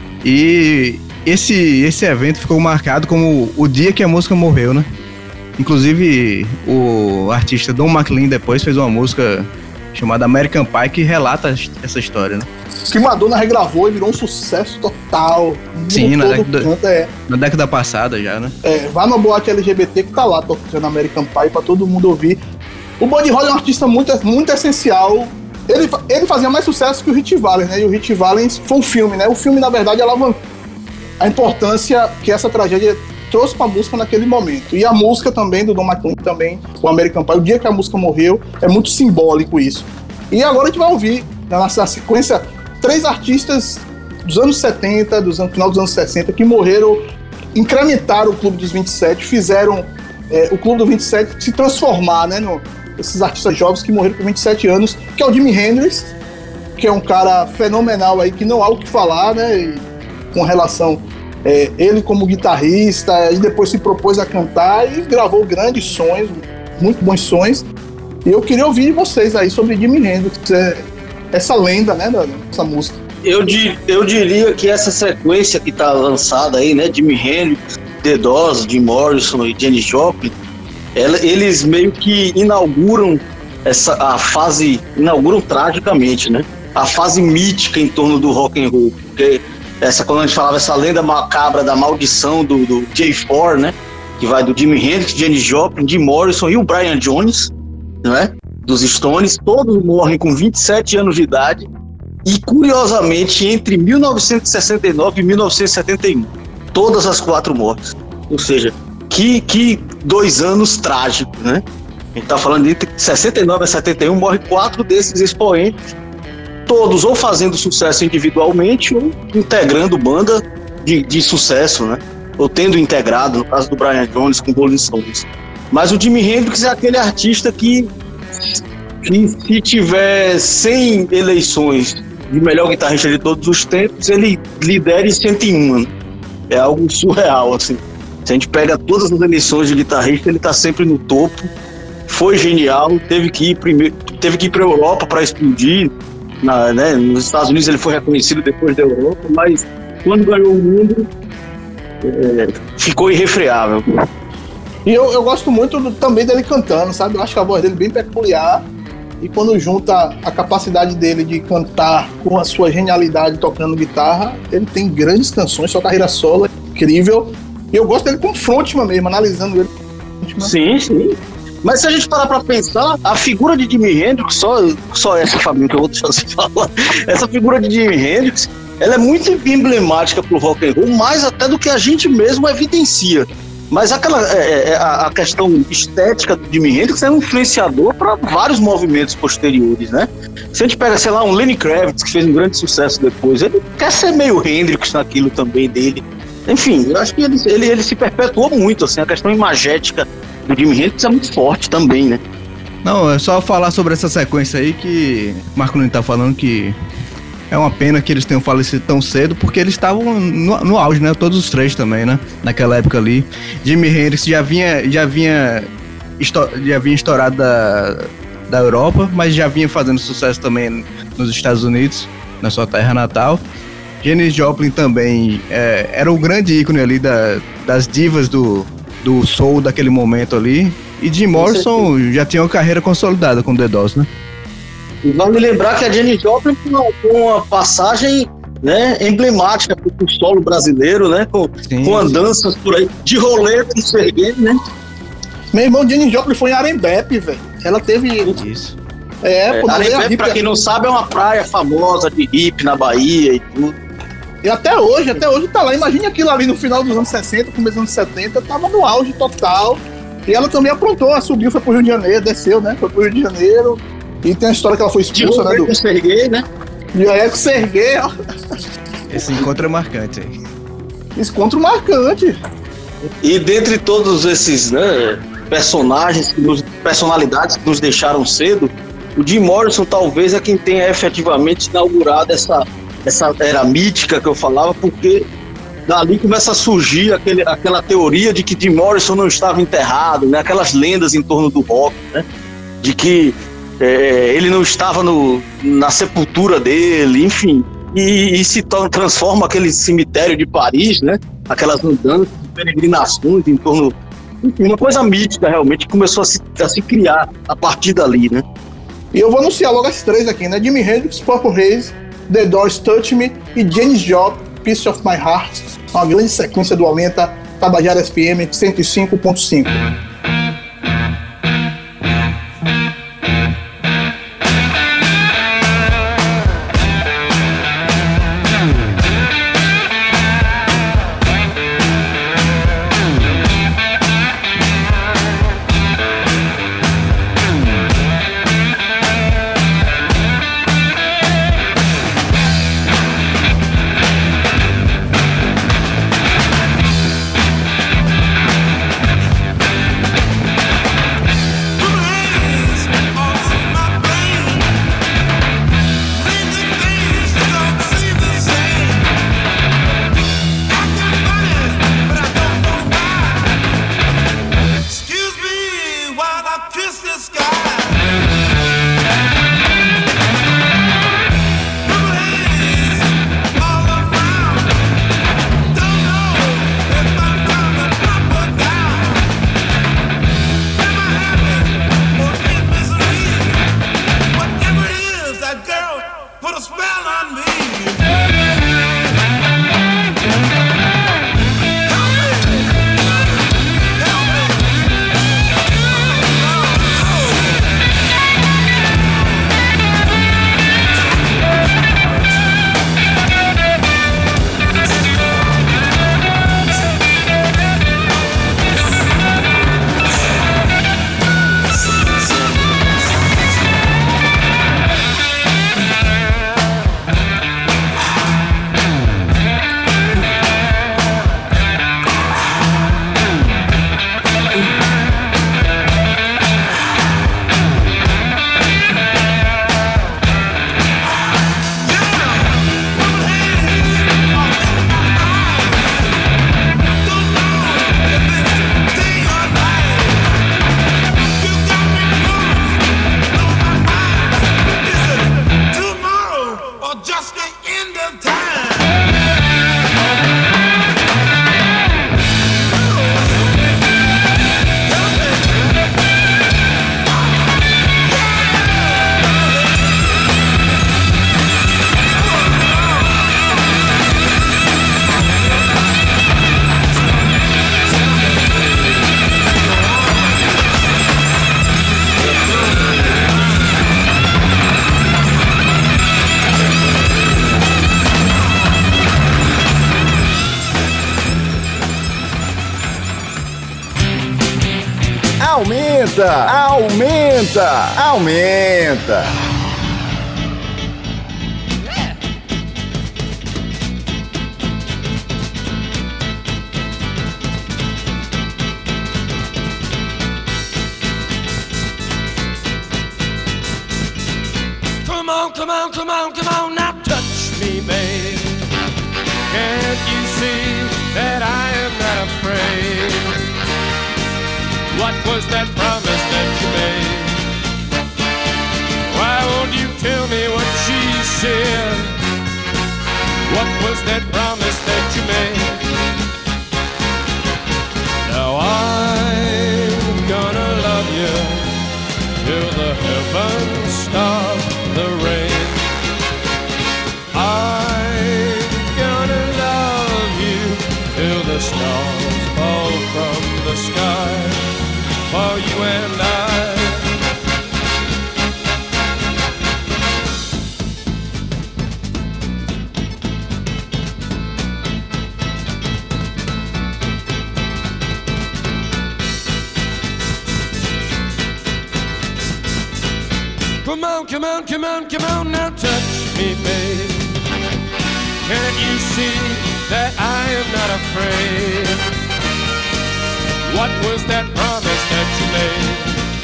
E esse, esse evento ficou marcado como o dia que a música morreu, né? Inclusive, o artista Don McLean depois fez uma música chamada American Pie que relata essa história, né? Que Madonna regravou e virou um sucesso total. Sim, na década, canto, é. na década passada já, né? É, vai no boate L G B T que tá lá tocando American Pie pra todo mundo ouvir. O Buddy Holly é um artista muito, muito essencial. Ele, ele fazia mais sucesso que o Ritchie Valens, né? E o Ritchie Valens foi um filme, né? O filme, na verdade, alavancou a importância que essa tragédia trouxe pra música naquele momento. E a música também, do Don McLean, também, o American Pie, o dia que a música morreu, é muito simbólico isso. E agora a gente vai ouvir, na nossa sequência, três artistas dos anos setenta, dos anos, final dos anos sessenta, que morreram, incrementaram o Clube dos vinte e sete, fizeram é, o Clube dos vinte e sete se transformar, né, no, esses artistas jovens que morreram com vinte e sete anos, que é o Jimi Hendrix, que é um cara fenomenal aí, que não há o que falar, né, e, com relação, é, ele como guitarrista, e depois se propôs a cantar e gravou grandes sons, muito bons sons, e eu queria ouvir de vocês aí sobre Jimi Hendrix, é, essa lenda, né, dessa música. Eu, di, eu diria que essa sequência que tá lançada aí, né, Jimi Hendrix, The Doors, Jim Morrison e Janis Joplin, ela, eles meio que inauguram essa, a fase, inauguram tragicamente, né, a fase mítica em torno do rock and roll, porque essa, quando a gente falava essa lenda macabra da maldição do, do J quatro, né, que vai do Jimi Hendrix, Janis Joplin, Jim Morrison e o Brian Jones, né, dos Stones, todos morrem com vinte e sete anos de idade, e curiosamente entre mil novecentos e sessenta e nove e mil novecentos e setenta e um, todas as quatro mortes, ou seja, que, que dois anos trágicos, né? A gente tá falando de entre sessenta e nove a setenta e um, morre quatro desses expoentes, todos ou fazendo sucesso individualmente ou integrando banda de, de sucesso, né? Ou tendo integrado, no caso do Brian Jones com Rolling Stones. Mas o Jimi Hendrix é aquele artista que, que se tiver cem eleições de melhor guitarrista de todos os tempos, ele lidera em cento e um, né? É algo surreal, assim. Se a gente pega todas as eleições de guitarrista, ele tá sempre no topo. Foi genial, teve que ir primeiro, teve que ir para a Europa para explodir. Na, né, nos Estados Unidos ele foi reconhecido depois da Europa, mas quando ganhou o mundo, é, ficou irrefreável. E eu, eu gosto muito do, também dele cantando, sabe? Eu acho que a voz dele é bem peculiar. E quando junta a capacidade dele de cantar com a sua genialidade tocando guitarra, ele tem grandes canções, sua carreira solo é incrível. E eu gosto dele como frontman mesmo, analisando ele. Sim, sim. Mas se a gente parar pra pensar, a figura de Jimi Hendrix, só, só essa, Fabinho, que eu vou deixar você falar, essa figura de Jimi Hendrix, ela é muito emblemática pro rock and roll, mais até do que a gente mesmo evidencia. Mas aquela, é, é, a, a questão estética do Jimi Hendrix é um influenciador para vários movimentos posteriores, né? Se a gente pega, sei lá, um Lenny Kravitz, que fez um grande sucesso depois, ele quer ser meio Hendrix naquilo também dele. Enfim, eu acho que ele, ele, ele se perpetuou muito, assim, a questão imagética do Jimi Hendrix é muito forte também, né? Não, é só falar sobre essa sequência aí que o Marco Nunes tá falando que é uma pena que eles tenham falecido tão cedo, porque eles estavam no, no auge, né? Todos os três também, né? Naquela época ali. Jimi Hendrix já vinha, já vinha, esto, já vinha estourado da, da Europa, mas já vinha fazendo sucesso também nos Estados Unidos, na sua terra natal. Janis Joplin também é, era o grande ícone ali da, das divas do, do soul daquele momento ali. E Jim Morrison já tinha uma carreira consolidada com The Doors, né? E vale lembrar que a Janis Joplin foi uma, uma passagem, né, emblemática para o solo brasileiro, né? Com, sim, com andanças por aí, de rolê com o Serguei, né? Meu irmão, Janis Joplin foi em Arembepe, velho. Ela teve... Isso. É, é pô, Arembepe, pra quem não sabe, é uma praia famosa de hippie na Bahia e tudo. E até hoje, até hoje tá lá. Imagine aquilo ali no final dos anos sessenta, começo dos anos setenta, tava no auge total. E ela também aprontou, subiu, foi pro Rio de Janeiro, desceu, né? Foi pro Rio de Janeiro. E tem a história que ela foi expulsa, né? Do... com o Serguei, né? E aí com o Serguei, ó. Esse encontro é marcante aí. Esse encontro marcante. E dentre todos esses, né, personagens, que nos, personalidades que nos deixaram cedo, o Jim Morrison talvez é quem tenha efetivamente inaugurado essa, essa era mítica que eu falava, porque dali começa a surgir aquele, aquela teoria de que Jim Morrison não estava enterrado, né? Aquelas lendas em torno do rock, né? De que é, ele não estava no, na sepultura dele, enfim, e, e se t- transforma aquele cemitério de Paris, né? Aquelas andanças, peregrinações em torno, enfim, uma coisa mítica realmente que começou a se, a se criar a partir dali, né? E eu vou anunciar logo as três aqui, né? Jimi Hendrix, Purple Haze, The Doors, Touch Me e Janis Joplin, Piece of My Heart. Uma grande sequência do Aumenta, Tabajara F M cento e cinco ponto cinco. Aumenta, aumenta, aumenta. Come on, come on, come on, come on, now touch me, babe. Can't you see that I am not afraid? What was that promise that you made? Why won't you tell me what she said? What was that promise that you made? Now I'm gonna love you till the heavens stop the rain. I'm gonna love you till the stars fall from the sky for you and I. Come on, come on, come on, come on, now touch me, babe. Can't you see that I am not afraid? What was that promise that you made?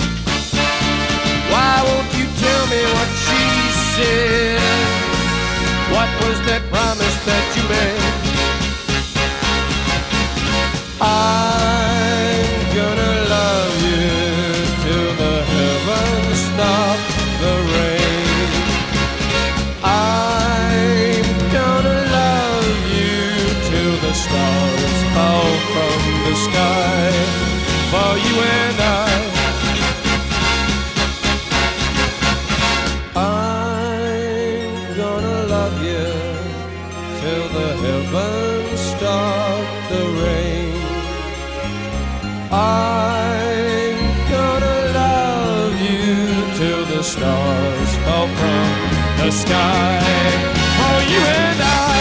Why won't you tell me what she said? What was that promise that you made? I'm gonna love you till the heavens stop the rain. I'm gonna love you till the stars fall from the sky for you and I. I'm gonna love you till the heavens stop the rain. I'm gonna love you till the stars fall from the sky for you and I.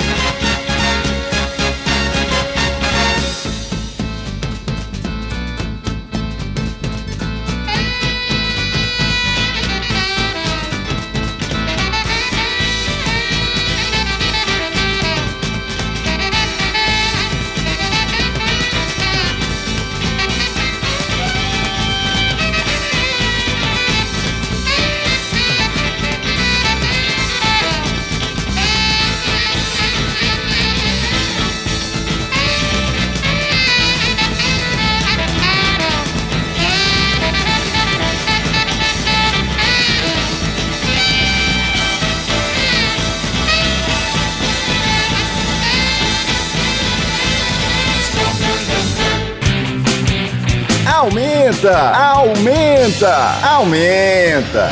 Aumenta, aumenta, aumenta.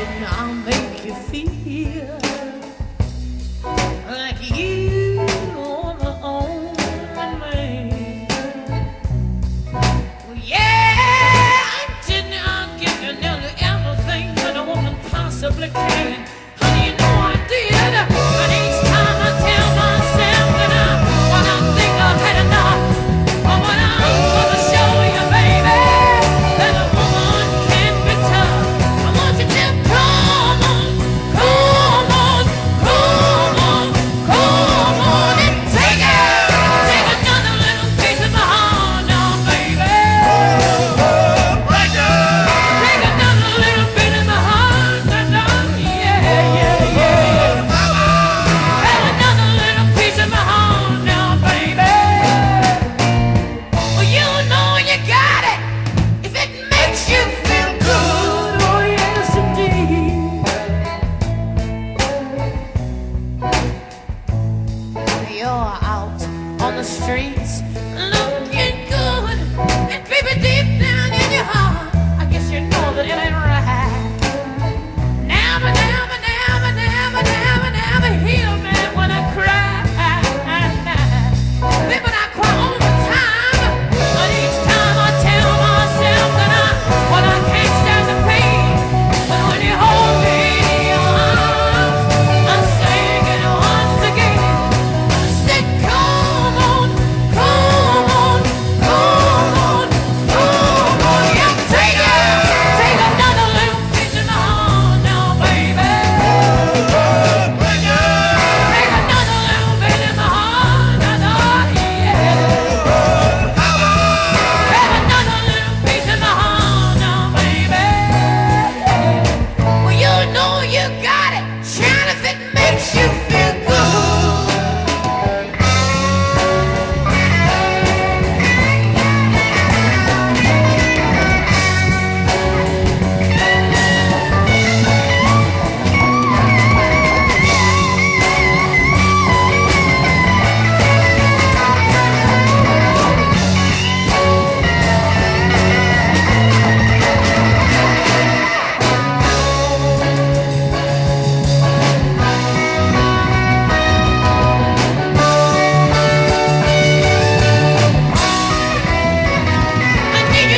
Like you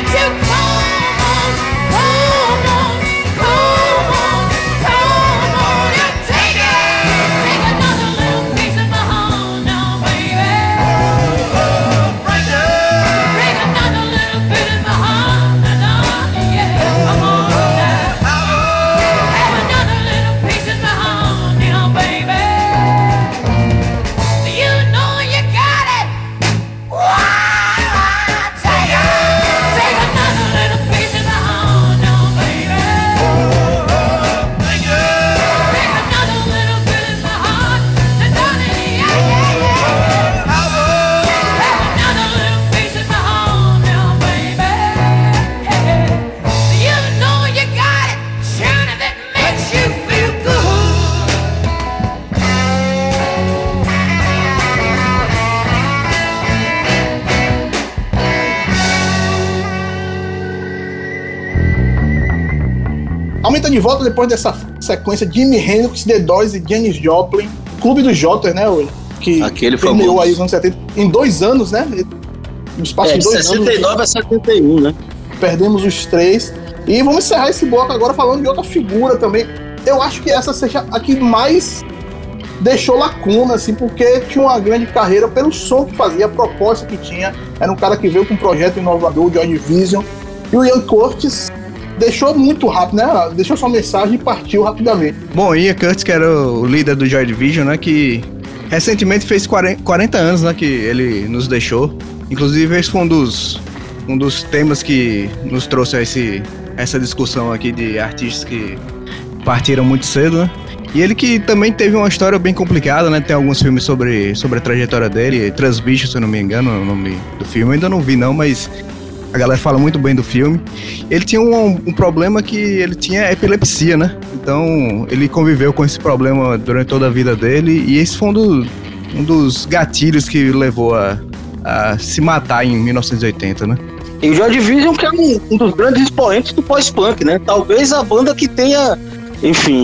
Aumenta de volta depois dessa sequência de Jimi Hendrix, The Doors e Janis Joplin. Clube dos Jotters, né, hoje? Que Aquele permeou famoso. aí os anos setenta. Em dois anos, né? No espaço É, de de dois sessenta e nove anos. a setenta e um, né? Perdemos os três. E vamos encerrar esse bloco agora falando de outra figura também. Eu acho que essa seja a que mais deixou lacuna, assim, porque tinha uma grande carreira pelo som que fazia, a proposta que tinha. Era um cara que veio com um projeto inovador, o Joy Division. E o Ian Curtis deixou muito rápido, né? Deixou sua mensagem e partiu rapidamente. Bom, Ian Curtis, que era o líder do Joy Division, né? Que recentemente fez quarenta anos, né? Que ele nos deixou. Inclusive, esse foi um dos, um dos temas que nos trouxe a esse, essa discussão aqui de artistas que partiram muito cedo, né? E ele que também teve uma história bem complicada, né? Tem alguns filmes sobre, sobre a trajetória dele. Transbicho, se eu não me engano, é o nome do filme. Eu ainda não vi, não, mas a galera fala muito bem do filme. Ele tinha um, um problema que ele tinha epilepsia, né? Então, ele conviveu com esse problema durante toda a vida dele. E esse foi um, do, um dos gatilhos que levou a, a se matar em mil novecentos e oitenta, né? E o Joy Division, que é um, um dos grandes expoentes do pós-punk, né? Talvez a banda que tenha, enfim,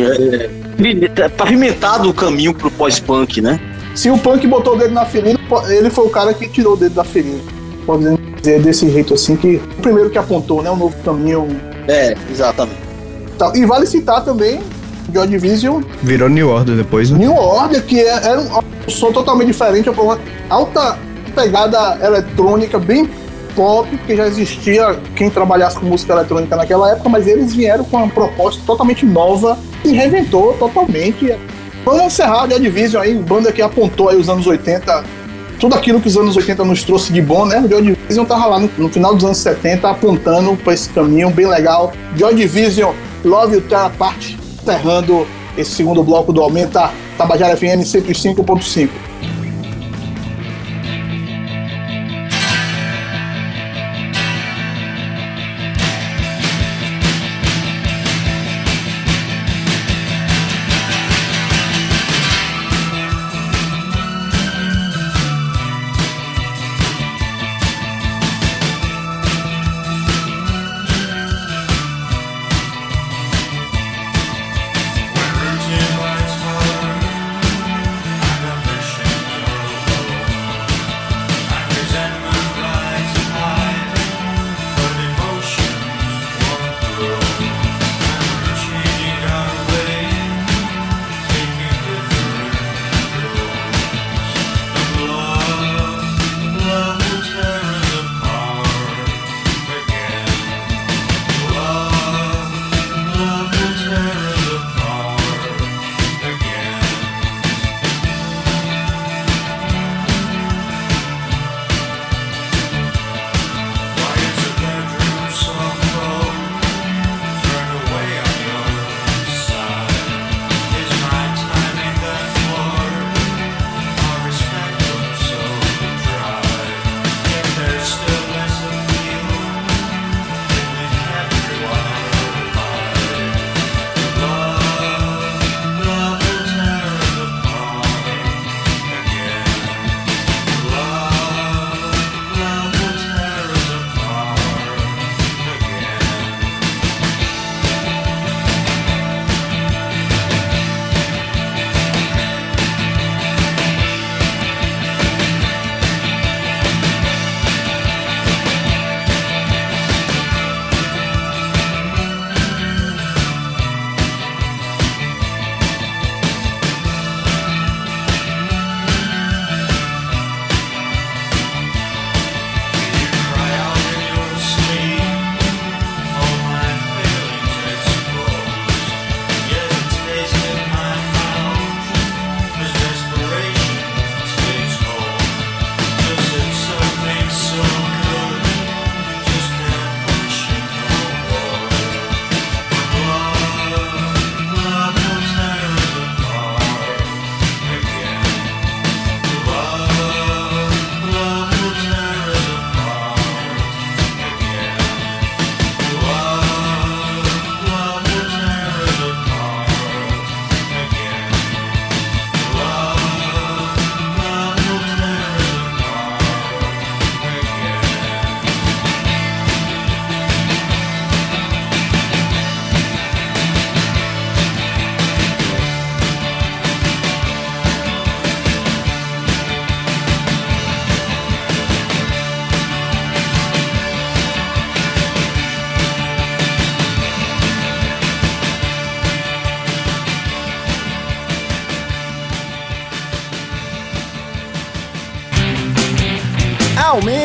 é, pavimentado o caminho pro pós-punk, né? Se o punk botou o dedo na ferida, ele foi o cara que tirou o dedo da ferida. Podemos dizer desse jeito assim, que o primeiro que apontou, né? Um novo caminho. É, exatamente. E vale citar também Joy Division. Virou New Order depois, né? New Order, que era é, um, um som totalmente diferente, uma alta pegada eletrônica, bem pop, porque já existia quem trabalhasse com música eletrônica naquela época, mas eles vieram com uma proposta totalmente nova e reinventou totalmente. Vamos encerrar a Joy Division aí, banda que apontou aí os anos oitenta, tudo aquilo que os anos oitenta nos trouxe de bom, né? O Joy Division tava lá no, no final dos anos setenta apontando para esse caminho bem legal. Joy Division, Love You Tear Apart, encerrando esse segundo bloco do Aumenta Tabajara F M cento e cinco ponto cinco. Routine lights hard, condemnation.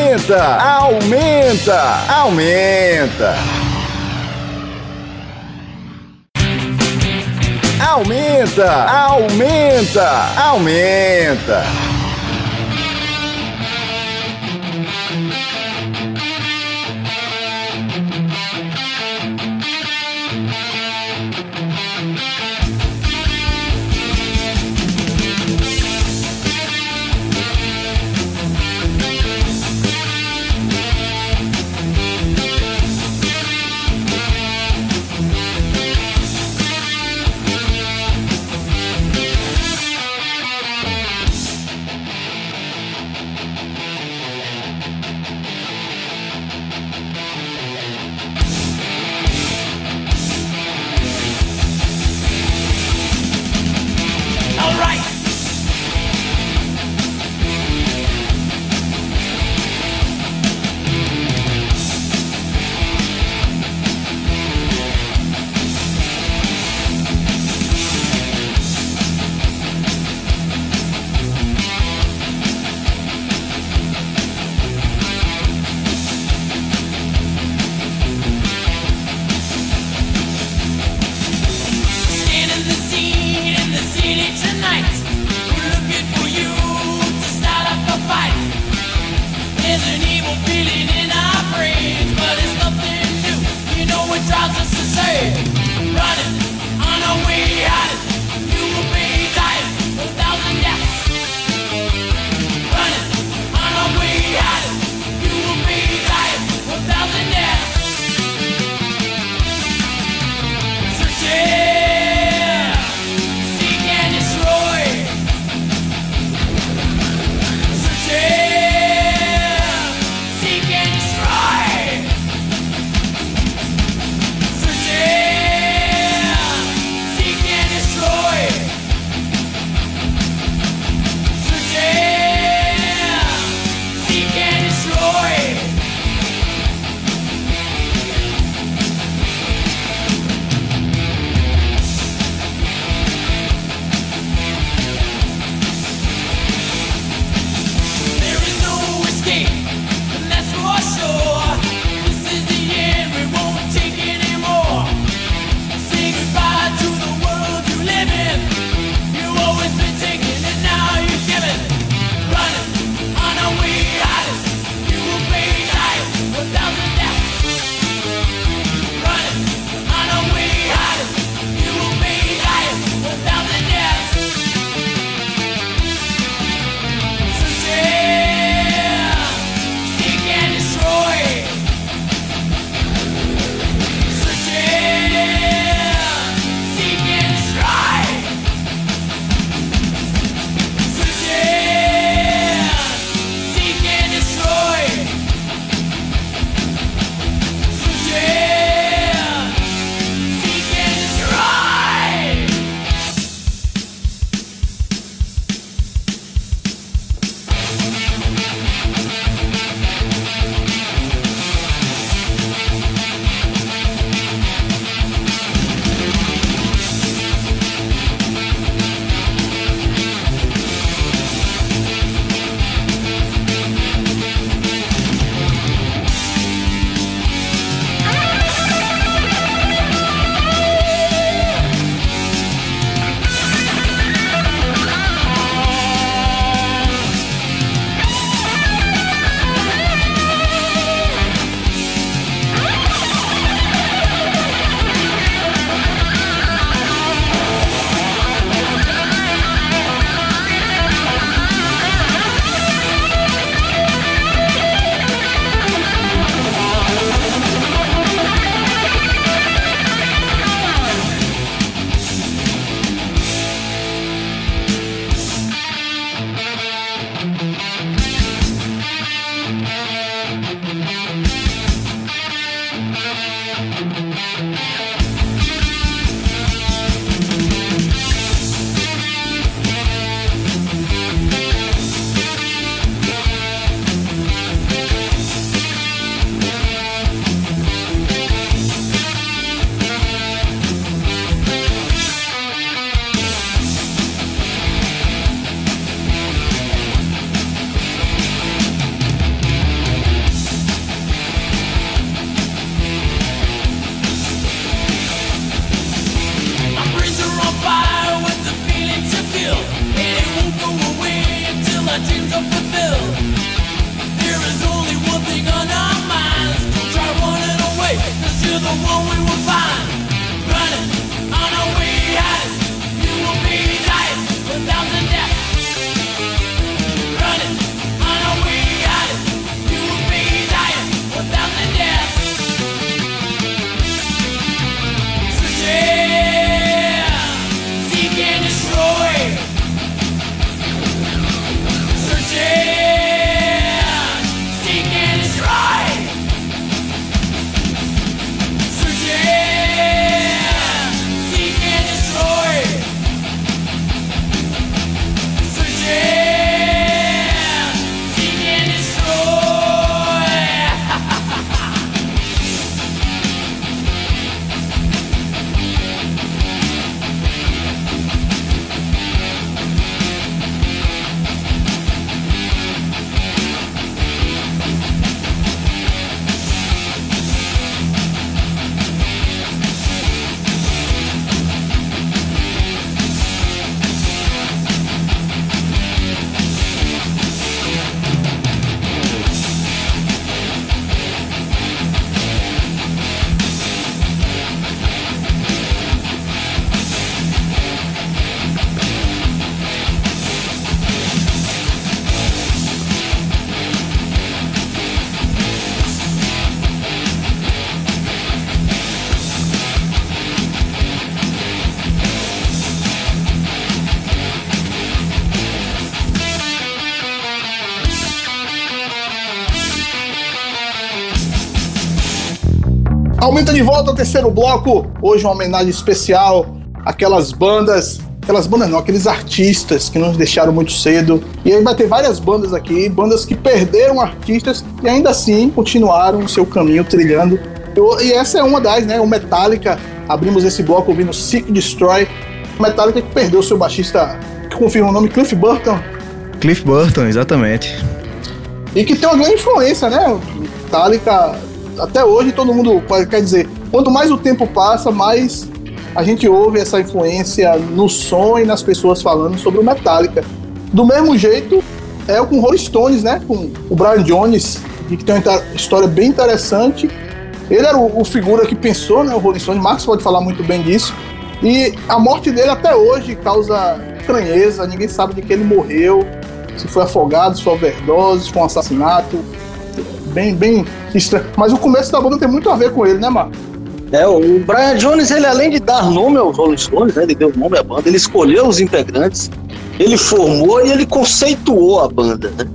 aumenta, aumenta, aumenta. Aumenta, aumenta, aumenta. Aumenta de volta o terceiro bloco. Hoje uma homenagem especial àquelas bandas, aquelas bandas não, aqueles artistas que nos deixaram muito cedo. E aí vai ter várias bandas aqui, bandas que perderam artistas e ainda assim continuaram o seu caminho trilhando. E essa é uma das, né? O Metallica. Abrimos esse bloco ouvindo Seek Destroy. O Metallica que perdeu o seu baixista, que confirma o nome, Cliff Burton. Cliff Burton, exatamente. E que tem uma grande influência, né? Metallica, até hoje todo mundo, quer dizer, quanto mais o tempo passa, mais a gente ouve essa influência no som e nas pessoas falando sobre o Metallica. Do mesmo jeito, é com o Rolling Stones, né? Com o Brian Jones, que tem uma história bem interessante. Ele era o, o figura que pensou, né? O Rolling Stones, Marcos pode falar muito bem disso. E a morte dele até hoje causa estranheza, ninguém sabe de que ele morreu, se foi afogado, se foi overdose, se foi um assassinato. Bem, bem estranho. Mas o começo da banda tem muito a ver com ele, né, Marcos? É, o Brian Jones, ele além de dar nome aos Rolling Stones, né, ele deu nome à banda, ele escolheu os integrantes, ele formou e ele conceituou a banda, né?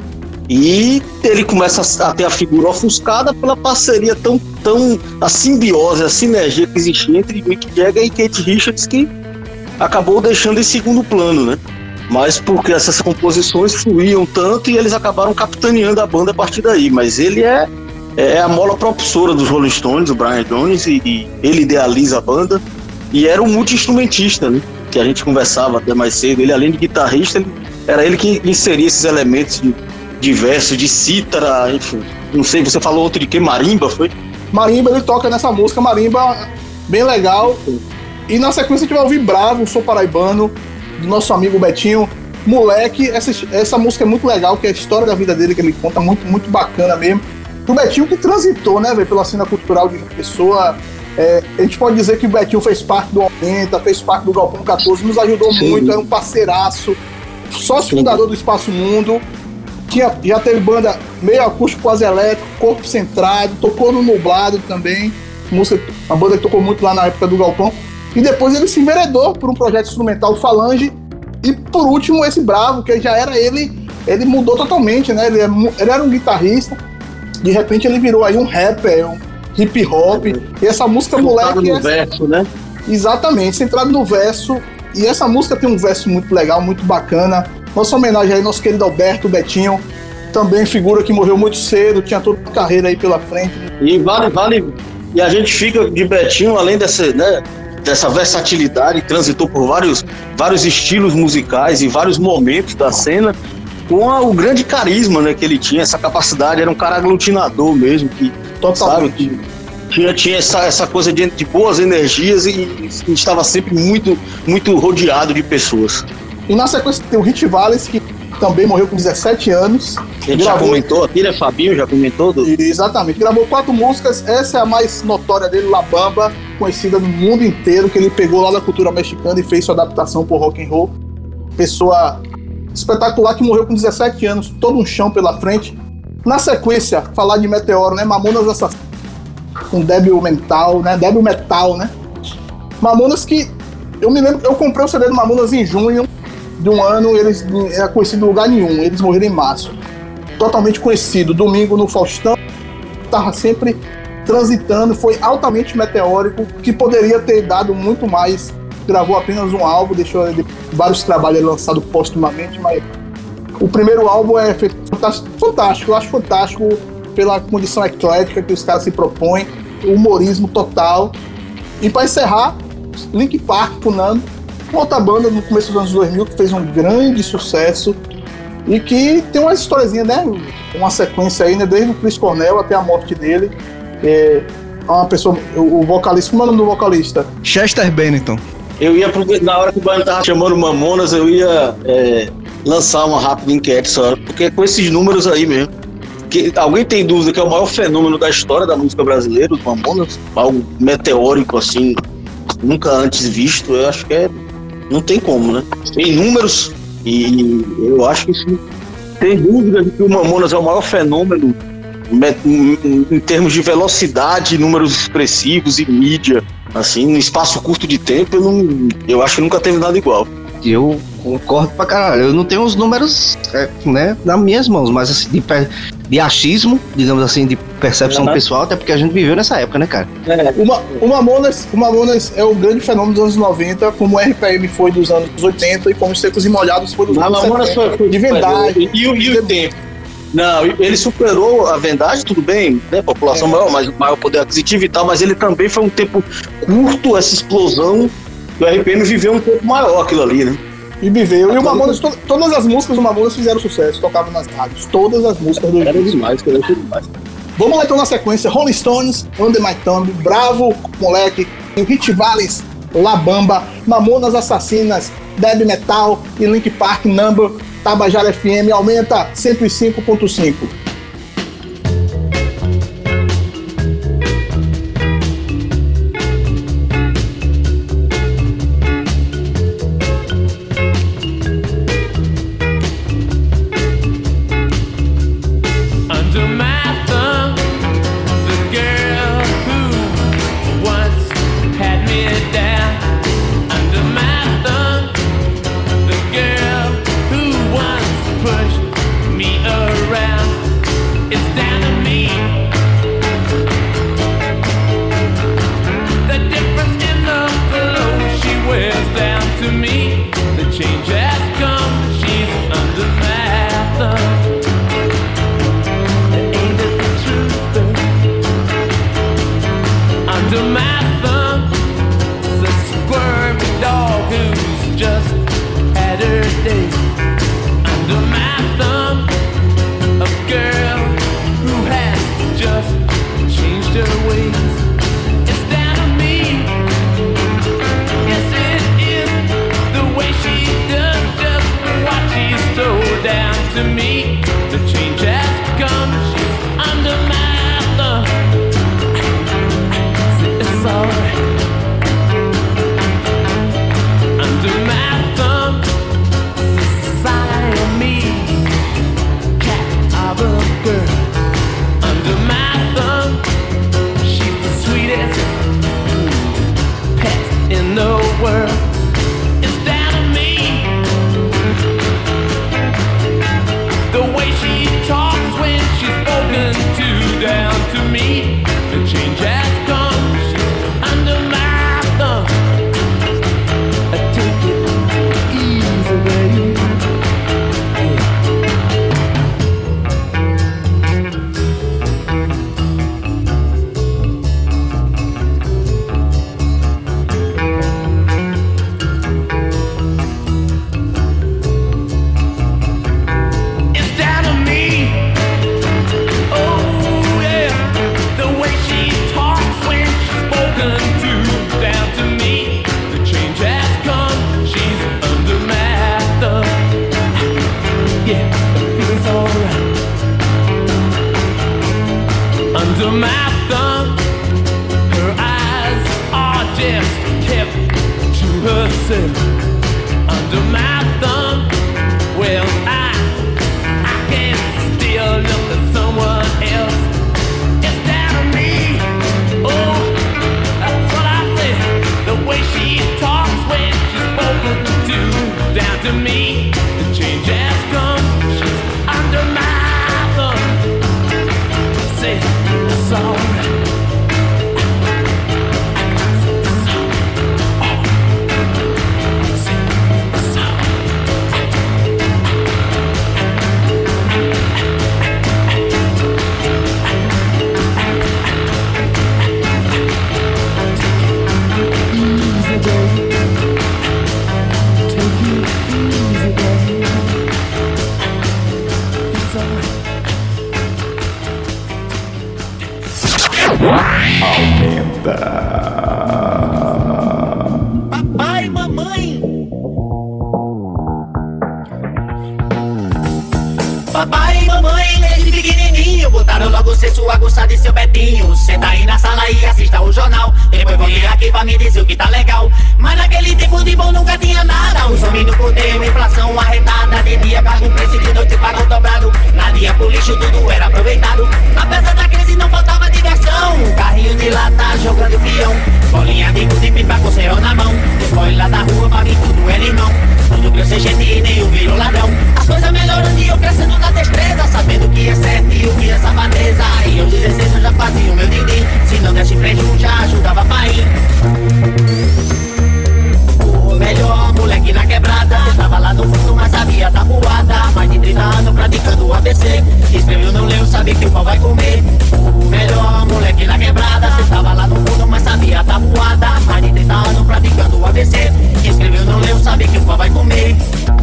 E ele começa a ter a figura ofuscada pela parceria tão, tão a simbiose, a sinergia que existia entre Mick Jagger e Keith Richards, que acabou deixando em segundo plano, né? Mas porque essas composições fluíam tanto e eles acabaram capitaneando a banda a partir daí. Mas ele é, é a mola propulsora dos Rolling Stones, o Brian Jones, e, e ele idealiza a banda. E era um multi-instrumentista, né? Que a gente conversava até mais cedo. Ele, além de guitarrista, ele, era ele que inseria esses elementos de, diversos, de cítara, enfim. Não sei, você falou outro de que? Marimba, foi? Marimba, ele toca nessa música, Marimba, bem legal. E na sequência a gente vai ouvir Bravo, um som paraibano, do nosso amigo Betinho. Moleque, essa, essa música é muito legal, que é a história da vida dele que ele conta, muito, muito bacana mesmo. O Betinho que transitou, né, velho, pela cena cultural de pessoa. É, a gente pode dizer que o Betinho fez parte do Aumenta, fez parte do Galpão catorze, nos ajudou Sim. muito, era um parceiraço, sócio fundador do Espaço Mundo. Tinha, já teve banda meio acústico, quase elétrico, Corpo Centrado, tocou no Nublado também, música, uma banda que tocou muito lá na época do Galpão. E depois ele se enveredou por um projeto instrumental, Falange. E por último, esse Bravo, que já era ele, ele mudou totalmente, né? Ele, é, ele era um guitarrista, de repente ele virou aí um rapper, um hip hop. E essa música, Moleque... no essa... verso, né? Exatamente, centrado no verso. E essa música tem um verso muito legal, muito bacana. Nossa homenagem aí ao nosso querido Alberto Betinho, também figura que morreu muito cedo, tinha toda a carreira aí pela frente. E vale, vale... E a gente fica de Betinho, além dessa, né, dessa versatilidade, transitou por vários, vários estilos musicais e vários momentos da cena, com a, o grande carisma, né, que ele tinha, essa capacidade, era um cara aglutinador mesmo, que, sabe, que tinha, tinha essa, essa coisa de, de boas energias e, e estava sempre muito, muito rodeado de pessoas. E na sequência tem o Rich Valens, que também morreu com dezessete anos. A gente gravou... já comentou aqui, né? Fabinho já comentou? Do... Exatamente. Gravou quatro músicas. Essa é a mais notória dele, La Bamba, conhecida no mundo inteiro, que ele pegou lá da cultura mexicana e fez sua adaptação por rock and roll. Pessoa espetacular que morreu com dezessete anos, todo um chão pela frente. Na sequência, falar de Meteoro, né? Mamonas Assassinas, com débil mental, né? Débil metal, né? Mamonas que... Eu me lembro, eu comprei o C D do Mamonas em junho de um ano, eles não era conhecido em lugar nenhum, eles morreram em março. Totalmente conhecido, domingo no Faustão, estava sempre transitando, foi altamente meteórico, que poderia ter dado muito mais. Gravou apenas um álbum, deixou vários trabalhos lançados póstumamente, mas o primeiro álbum é fantástico, fantástico, eu acho fantástico pela condição eclética que os caras se propõem, humorismo total. E para encerrar, Linkin Park, Punando, outra banda no começo dos anos dois mil que fez um grande sucesso e que tem uma historiazinha, né? Uma sequência aí, né? Desde o Chris Cornell até a morte dele. É uma pessoa, o vocalista, como é o nome do vocalista? Chester Bennington. Eu ia, na hora que o Baiano tava chamando Mamonas, eu ia é, lançar uma rápida enquete só, porque é com esses números aí mesmo. Que, alguém tem dúvida que é o maior fenômeno da história da música brasileira, os Mamonas? Algo meteórico assim, nunca antes visto, eu acho que é. Não tem como, né? Tem números e eu acho que isso tem dúvida de que o Mamonas é o maior fenômeno em termos de velocidade, números expressivos e mídia, assim, num espaço curto de tempo, eu, não, eu acho que nunca teve nada igual. Eu concordo pra caralho. Eu não tenho os números, né, nas minhas mãos, mas assim, de, de achismo, digamos assim, de percepção Uhum. pessoal, até porque a gente viveu nessa época, né, cara? Uma, o, Mamonas, o Mamonas é o grande fenômeno dos anos noventa, como o R P M foi dos anos oitenta e como os Secos e Molhados foi dos Mas anos Mamonas setenta. foi, foi De verdade. E, o- e o tempo? Não, ele superou a vendagem, tudo bem, né? População É. maior, mas maior poder aquisitivo e tal, mas ele também foi um tempo curto, essa explosão. E o R P M viveu um tempo maior aquilo ali, né? E viveu. E o Mamonas, to, todas as músicas do Mamonas fizeram sucesso, tocavam nas rádios. Todas as músicas do Era disco. demais, era demais. Vamos lá então na sequência: Rolling Stones, Under My Thumb, Bravo, Moleque, o Hit Valens, La Bamba, Mamonas Assassinas, Dead Metal e Link Park Number. Tabajara F M aumenta cento e cinco ponto cinco. Under my thumb, the girl who once had me down. Under my thumb, the girl who once pushed me around. It's down to me. The difference in the clothes she wears down to me. The change has come. She's under my thumb. Under my thumb, is a squirmy dog who's just had her day. Under my thumb, a girl who has just changed her ways. It's down to me. Yes, it is the way she does just what she's told down to me. The change has come. She's under my thumb. It's alright. Under my thumb, Siamese cat of a girl. Under my thumb, she's the sweetest pet in the world. It's down to me. The way she talks when she's spoken to down to me. The change has come. Under my thumb, I take it easy, baby. It's down to me. Oh yeah, the way she talks when she's spoken to down to me. The change has come. She's under my thumb. Yeah, it feels alright. Under my thumb, her eyes are just kept to herself. Under my thumb, well I I can still look at someone else. It's down to me. Oh, that's what I said. The way she talks when she's spoken to down to me. The change has come. She's under my thumb. Say it's alright. Papai, mamãe. Papai e mamãe, desde pequenininho, botaram logo ser sua gosta de seu Betinho. Senta aí na sala e assista o jornal. Depois voltei aqui pra me dizer o que tá legal. Mas naquele tempo de bom nunca tinha nada. Os homens no poder, inflação arretada. De dia paga o preço, de noite paga o dobrado. Na dia pro lixo tudo era aproveitado. Apesar da crise não faltava diversão. Carrinho de lata jogando peão. Bolinha de gude, pipa com céu na mão. Escolhe lá da rua pra mim tudo era irmão. Tudo que eu sei gente e nem o viro ladrão. As coisas melhorando e eu crescendo na destreza. sabendo o que é certo e o que é safadeza. E aos dezesseis eu já fazia o meu didi. Se não desse prejuízo, já ajudava a pair. O melhor moleque na quebrada, tava lá no fundo, mas sabia da voada. Mais de trinta anos praticando o A B C. Escreveu, não leu, sabe que o pau vai comer. O melhor moleque na quebrada, cê tava lá no fundo, mas sabia da voada. Mais de trinta anos praticando o A B C. Escreveu, não leu, sabe que o pau vai comer.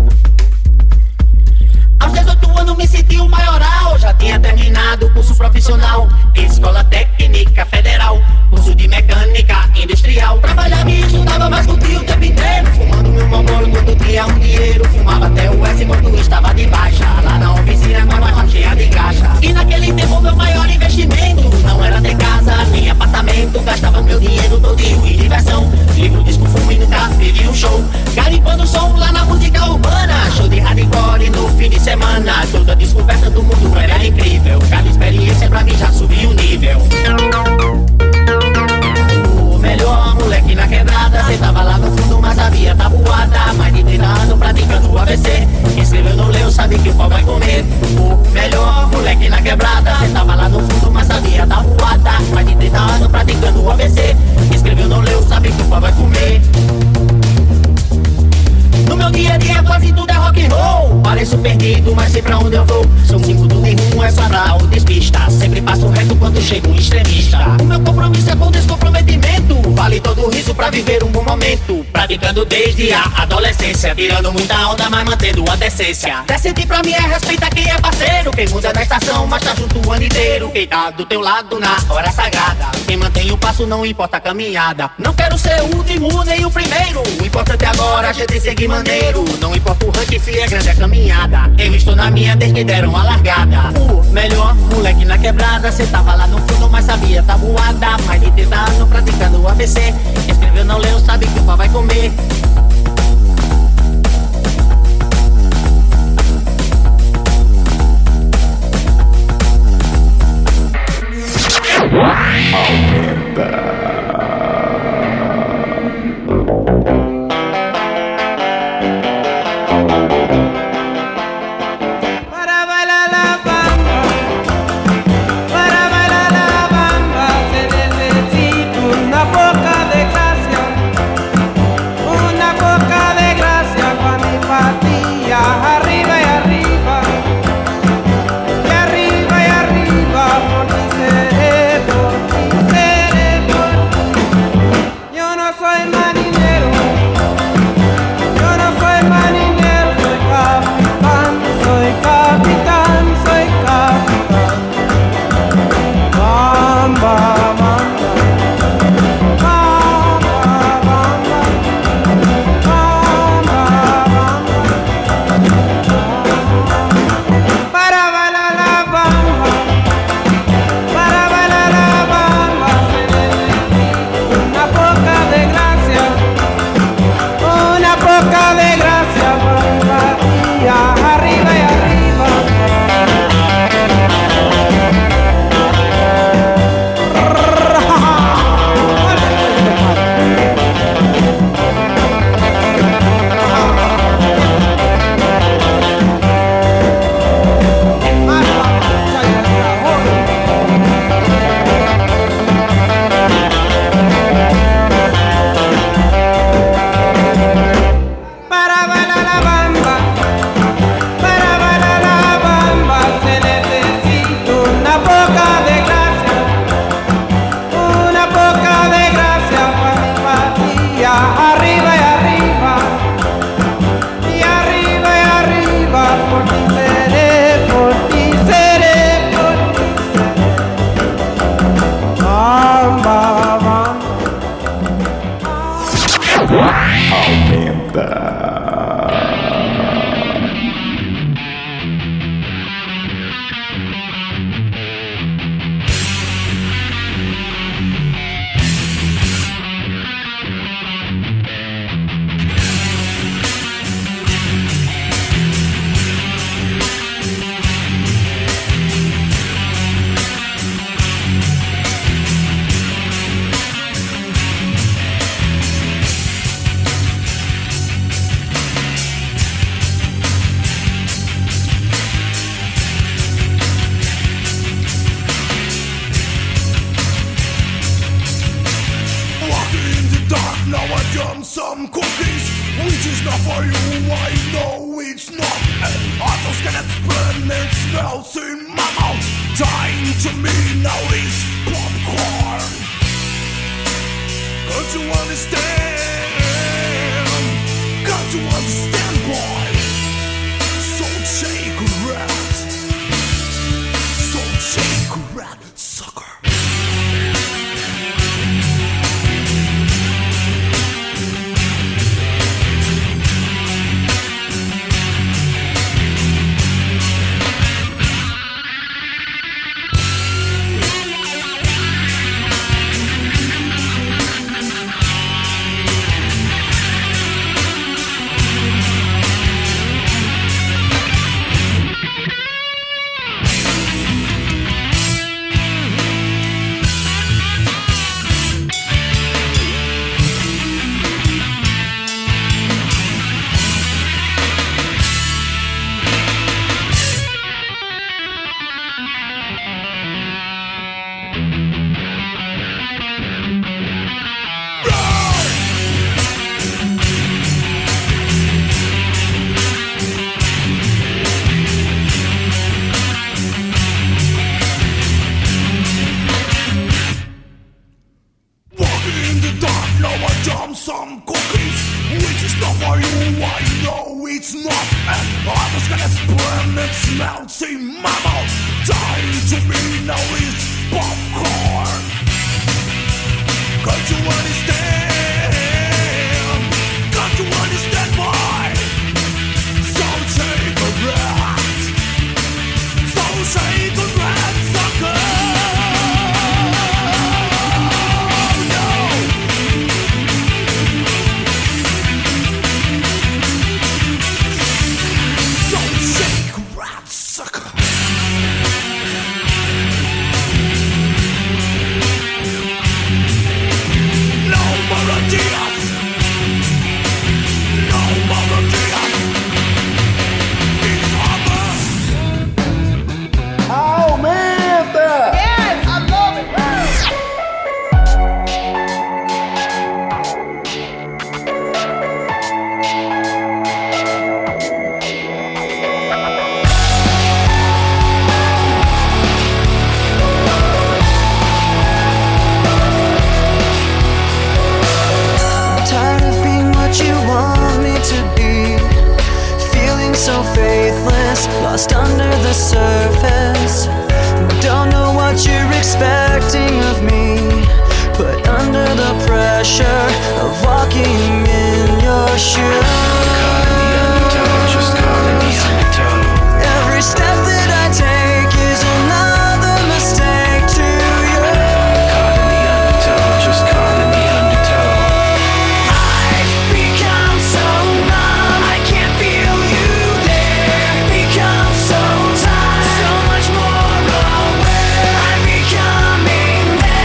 Aos dezoito anos me senti o maioral. Já tinha terminado o curso profissional, Escola Técnica Federal, curso de mecânica industrial. Trabalhava e estudava, mas curtia o tempo inteiro, fumando meu mamoro quando tinha um dinheiro. Fumava até o S quando estava de baixa, lá na oficina com a mais cheia de caixa. E naquele tempo meu maior investimento não era ter casa nem apartamento. Gastava meu dinheiro todinho em diversão, livro, disco, fumo e nunca teve um show. Garimpando som lá na música urbana, show de hardcore no fim de semana. Toda descoberta do mundo era incrível, cada experiência pra mim já subiu o nível. O melhor moleque na quebrada, cê tava lá no fundo, mas sabia da voada. Mais de trinta anos praticando o A B C. Escreveu, não leu, sabe que o pau vai comer. O melhor moleque na quebrada, cê tava lá no fundo, mas sabia da voada. Mais de trinta anos praticando o A B C. Escreveu, não leu, sabe que o pau vai comer. No meu dia a dia quase tudo é rock and roll. Pareço perdido, mas sei pra onde eu vou. Sou cinco do nenhum, é só dar o despista. Sempre passo reto quando chega um extremista. O meu compromisso é com descomprometimento. Vale todo o riso pra viver um bom momento. Praticando desde a adolescência, tirando muita onda, mas mantendo a decência. Decente pra mim é respeitar quem é parceiro. Quem muda na estação, mas tá junto o ano inteiro. Quem tá do teu lado na hora sagrada. Quem mantém o passo, não importa a caminhada. Não quero ser o último nem o primeiro. O importante é agora a gente seguir maneiro. Não importa o ranking, se é grande a caminhada. Eu estou na minha desde que deram a largada. O melhor moleque na quebrada, cê tava lá no fundo, mas sabia da voada. Mais de trinta anos praticando o A B C. Escreveu, não leu, sabe que o pau vai comer. Para bailar la bamba, para bailar la bamba se necesita una boca de dark, now I jump some cookies, which is not for you, I know it's not. And I just get it burn, it smells in my mouth. Dying to me now is popcorn. Can't you understand? Can't you understand, boy? So take a rat. So take a rat, sucker.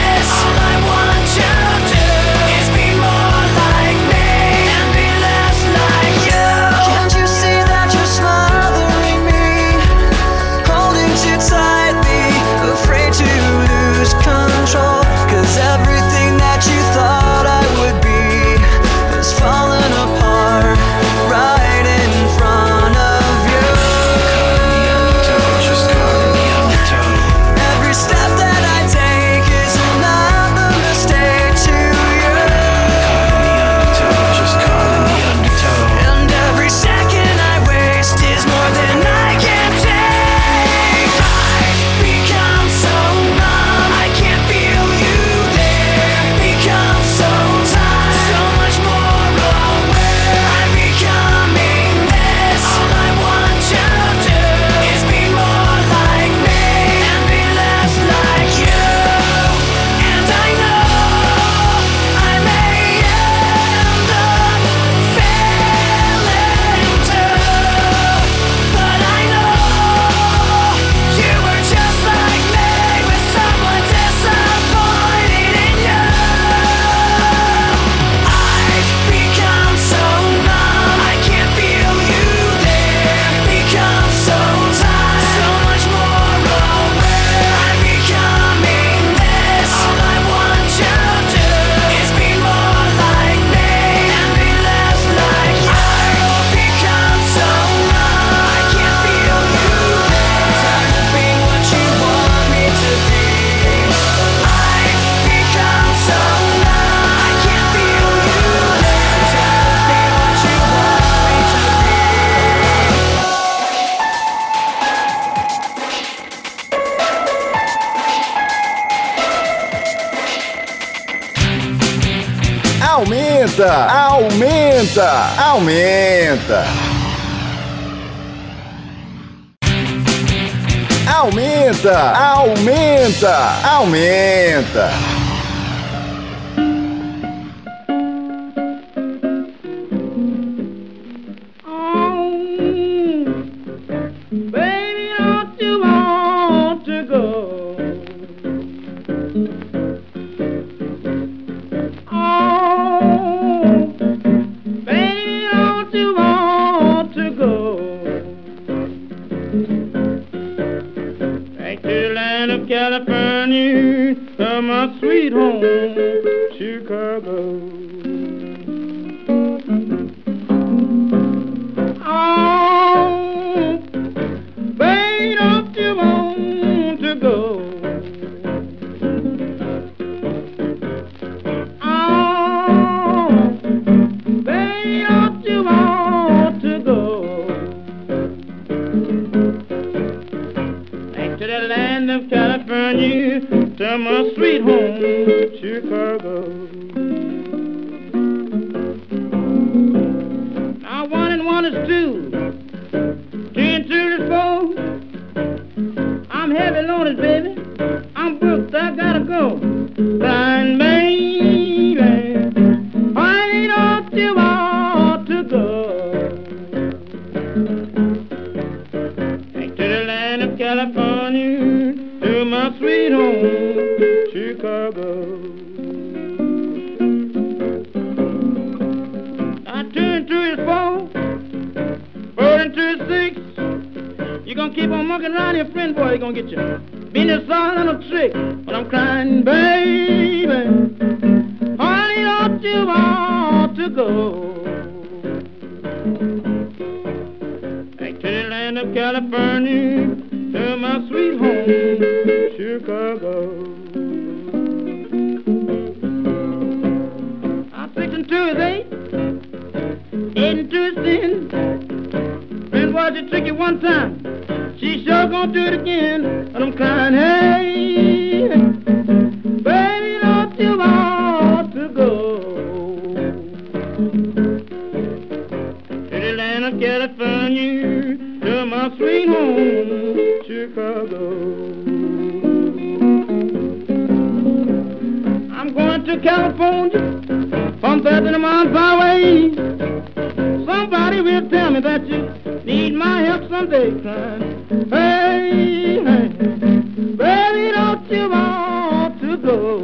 Be more like me and be less aumenta, aumenta, aumenta. Aumenta, aumenta, aumenta. Baby, don't you want to go? Oh, baby, don't you want to go? Back to the land of California, to my sweet home, Chicago. Oh, baby, don't you want to go? Oh, baby, don't you want to go? Back to the land of California, to my sweet home, Chicago. Now one and one is two, two and two is four. I'm heavy loaded, baby. I'm booked, I gotta go. Fine, baby, why don't you want to go? Back to the land of California, to my sweet home, Chicago. Now two and two is four, four and two is six. You gonna keep on monkeying around your friend, boy, you gonna get your business all on a trick. But I'm crying, baby, honey, don't you want to go? Back to the land of California, to my sweet home, Chicago. I'm six and two is eight, eight and two is ten. Friend, boy, just trick you one time. She sure gonna do it again, and I'm crying, hey, baby, don't you want to go? To the land of California, to my sweet home, Chicago. I'm going to California, from there to the Mount Highway. Somebody will tell me that you need my help someday, crying. Hey, hey, baby, don't you want to go?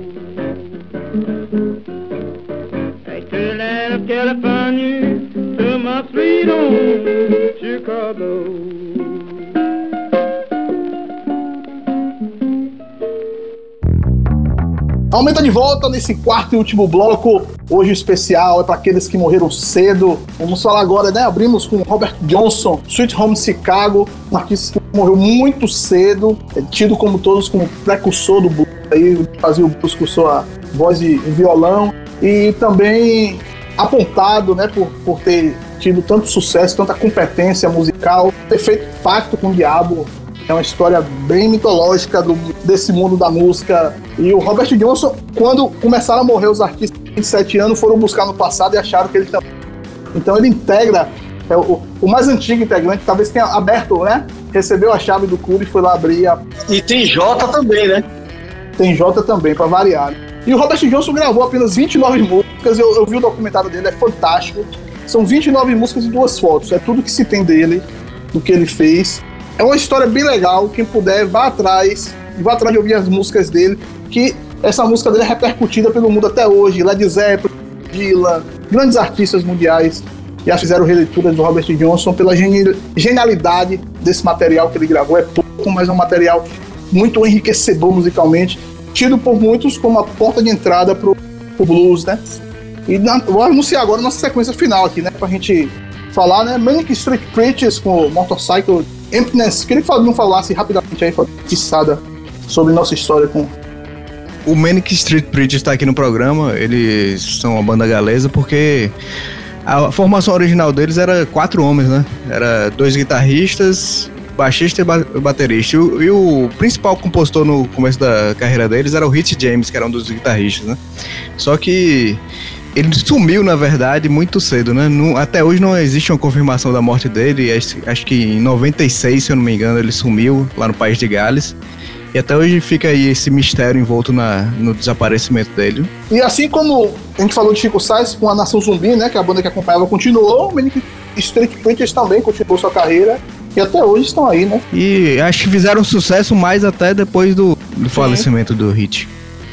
Back to the land of California, to my sweet home, Chicago. Aumenta de volta nesse quarto e último bloco. Hoje o especial é para aqueles que morreram cedo. Vamos falar agora, né? Abrimos com Robert Johnson, Sweet Home Chicago, um artista que morreu muito cedo, é tido como todos como precursor do blues, aí fazia o blues com sua voz e violão, e também apontado, né, por, por ter tido tanto sucesso, tanta competência musical, ter feito pacto com o diabo. É uma história bem mitológica do, desse mundo da música. E o Robert Johnson, quando começaram a morrer os artistas de vinte e sete anos, foram buscar no passado e acharam que ele também. Então ele integra, é, o, o mais antigo integrante, talvez tenha aberto, né? Recebeu a chave do clube e foi lá abrir. A... E tem Jota também, né? Tem Jota também, pra variar. E o Robert Johnson gravou apenas vinte e nove músicas. Eu, eu vi o documentário dele, é fantástico. São vinte e nove músicas e duas fotos. É tudo que se tem dele, do que ele fez. É uma história bem legal, quem puder, vá atrás, vá atrás de ouvir as músicas dele, que essa música dele é repercutida pelo mundo até hoje. Led Zeppelin, Dylan, grandes artistas mundiais já fizeram releituras do Robert Johnson pela genialidade desse material que ele gravou. É pouco, mas é um material muito enriquecedor musicalmente, tido por muitos como a porta de entrada pro, pro blues, né? E na, vou anunciar agora a nossa sequência final aqui, né, pra gente falar, né? Manic Street Preachers com Motorcycle Emptiness. Queria que o Fabinho falasse rapidamente aí, Fabinho, fixada sobre nossa história com... O Manic Street Preachers está aqui no programa. Eles são uma banda galesa porque a formação original deles era quatro homens, né? Era dois guitarristas, baixista e ba- baterista. E o, e o principal compositor no começo da carreira deles era o Rich James, que era um dos guitarristas, né? Só que ele sumiu, na verdade, muito cedo, né? Não, até hoje não existe uma confirmação da morte dele. Acho, acho que em noventa e seis, se eu não me engano, ele sumiu lá no País de Gales. E até hoje fica aí esse mistério envolto na, no desaparecimento dele. E assim como a gente falou de Chico Sainz com a Nação Zumbi, né? Que a banda que acompanhava continuou, o Manic Street Preachers também continuou sua carreira. E até hoje estão aí, né? E acho que fizeram sucesso mais até depois do, do falecimento do Hit.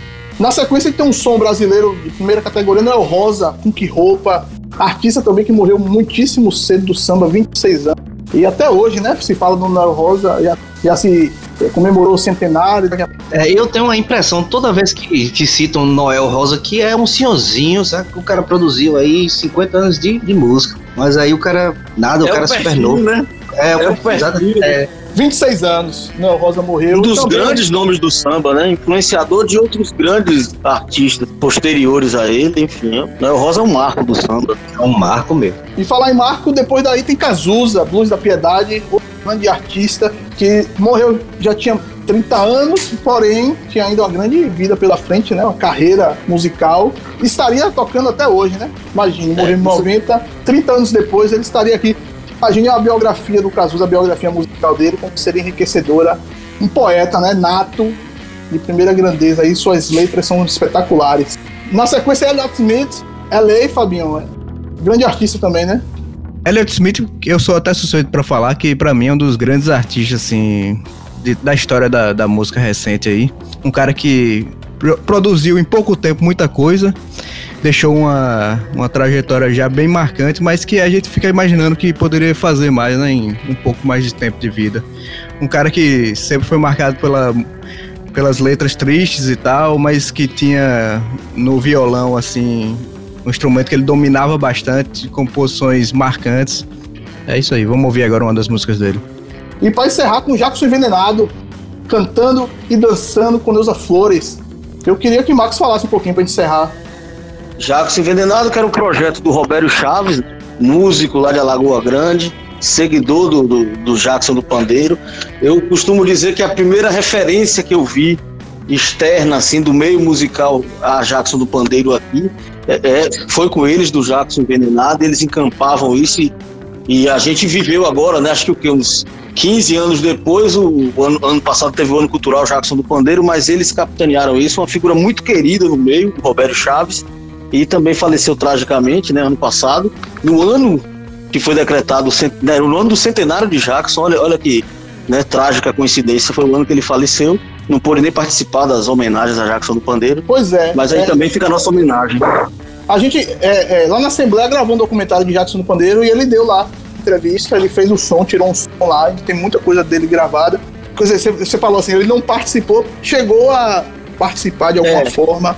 Na sequência tem um som brasileiro de primeira categoria, Noel Rosa, com que roupa. Artista também que morreu muitíssimo cedo do samba, vinte e seis anos. E até hoje, né, se fala do Noel Rosa, já, já se comemorou o centenário. É, eu tenho a impressão, toda vez que, que citam Noel Rosa, que é um senhorzinho, sabe? Que o cara produziu aí cinquenta anos de, de música. Mas aí o cara, nada, é o cara o perfil, super novo. Né? É, é o perfil. É. vinte e seis anos, Noel Rosa morreu. Um dos também. grandes nomes do samba, né? Influenciador de outros grandes artistas posteriores a ele, enfim. Noel Rosa é um marco do samba. É um marco mesmo. E falar em marco, depois daí tem Cazuza, Blues da Piedade, o grande artista que morreu, já tinha trinta anos, porém tinha ainda uma grande vida pela frente, né? Uma carreira musical. Estaria tocando até hoje, né? Imagina, morreu em noventa, trinta anos depois ele estaria aqui. Imagine a biografia do Cazuza, a biografia musical dele, como seria enriquecedora. Um poeta, né, nato, de primeira grandeza, e suas letras são espetaculares. Na sequência, Elliott Smith, L A, Fabinho, é grande artista também, né? Elliott Smith, eu sou até suspeito pra falar que pra mim é um dos grandes artistas, assim, de, da história da, da música recente aí. Um cara que pro, produziu em pouco tempo muita coisa, deixou uma, uma trajetória já bem marcante, mas que a gente fica imaginando que poderia fazer mais, né, em um pouco mais de tempo de vida. Um cara que sempre foi marcado pela, pelas letras tristes e tal, mas que tinha no violão, assim, um instrumento que ele dominava bastante, composições marcantes. É isso aí, vamos ouvir agora uma das músicas dele. E para encerrar com Jackson Envenenado, cantando e dançando com Neuza Flores. Eu queria que o Max falasse um pouquinho para encerrar. Jackson Envenenado, que era um projeto do Roberto Chaves, músico lá de Alagoa Grande, seguidor do, do, do Jackson do Pandeiro. Eu costumo dizer que a primeira referência que eu vi externa, assim, do meio musical a Jackson do Pandeiro aqui, é, é, foi com eles, do Jackson Envenenado. Eles encampavam isso e, e a gente viveu agora, né, acho que o que, uns quinze anos depois, o, o ano, ano passado teve o Ano Cultural Jackson do Pandeiro, mas eles capitanearam isso, uma figura muito querida no meio, o Roberto Chaves, e também faleceu tragicamente, né, ano passado, no ano que foi decretado, né, no ano do centenário de Jackson. Olha, olha que, né, trágica coincidência, foi o ano que ele faleceu. Não pôde nem participar das homenagens a Jackson do Pandeiro. Pois é. Mas aí é, também fica a nossa homenagem. A gente, é, é, lá na Assembleia, gravou um documentário de Jackson do Pandeiro e ele deu lá entrevista, ele fez o som, tirou um som lá, tem muita coisa dele gravada. Quer dizer, você, você falou assim, ele não participou, chegou a participar de alguma é. forma.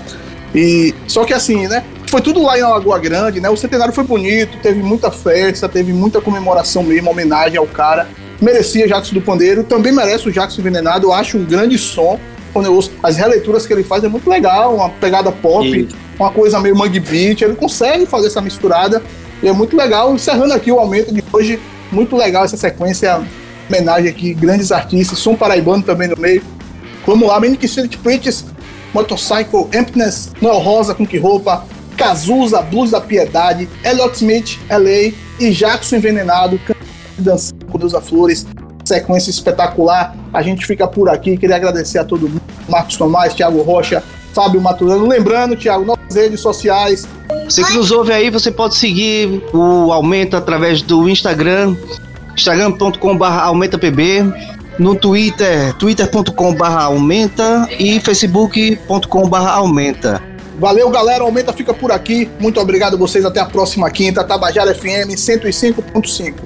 E, só que assim, né, foi tudo lá em Alagoa Grande, né, o centenário foi bonito, teve muita festa, teve muita comemoração mesmo, homenagem ao cara, merecia Jackson do Pandeiro, também merece o Jackson Envenenado, eu acho um grande som, quando eu ouço as releituras que ele faz é muito legal, uma pegada pop, e... uma coisa meio mangue beat, ele consegue fazer essa misturada, e é muito legal. Encerrando aqui o aumento de hoje, muito legal essa sequência, homenagem aqui, grandes artistas, som paraibano também no meio. Vamos lá, Manic Street Preachers, Motorcycle Emptiness, Noel Rosa com que roupa, Cazuza, Blues da Piedade, Elliott Smith, L A e Jackson Envenenado, dançando com Neuza Flores, sequência espetacular. A gente fica por aqui, queria agradecer a todo mundo, Marcos Tomás, Thiago Rocha, Fábio Maturano. Lembrando, Thiago, nossas redes sociais. Você que nos ouve aí, você pode seguir o Aumenta através do Instagram, instagram ponto com barra aumenta p b, no Twitter, twitter ponto com barra aumenta e facebook ponto com barra aumenta. Valeu, galera, Aumenta fica por aqui. Muito obrigado a vocês, até a próxima quinta. Tabajara F M cento e cinco ponto cinco.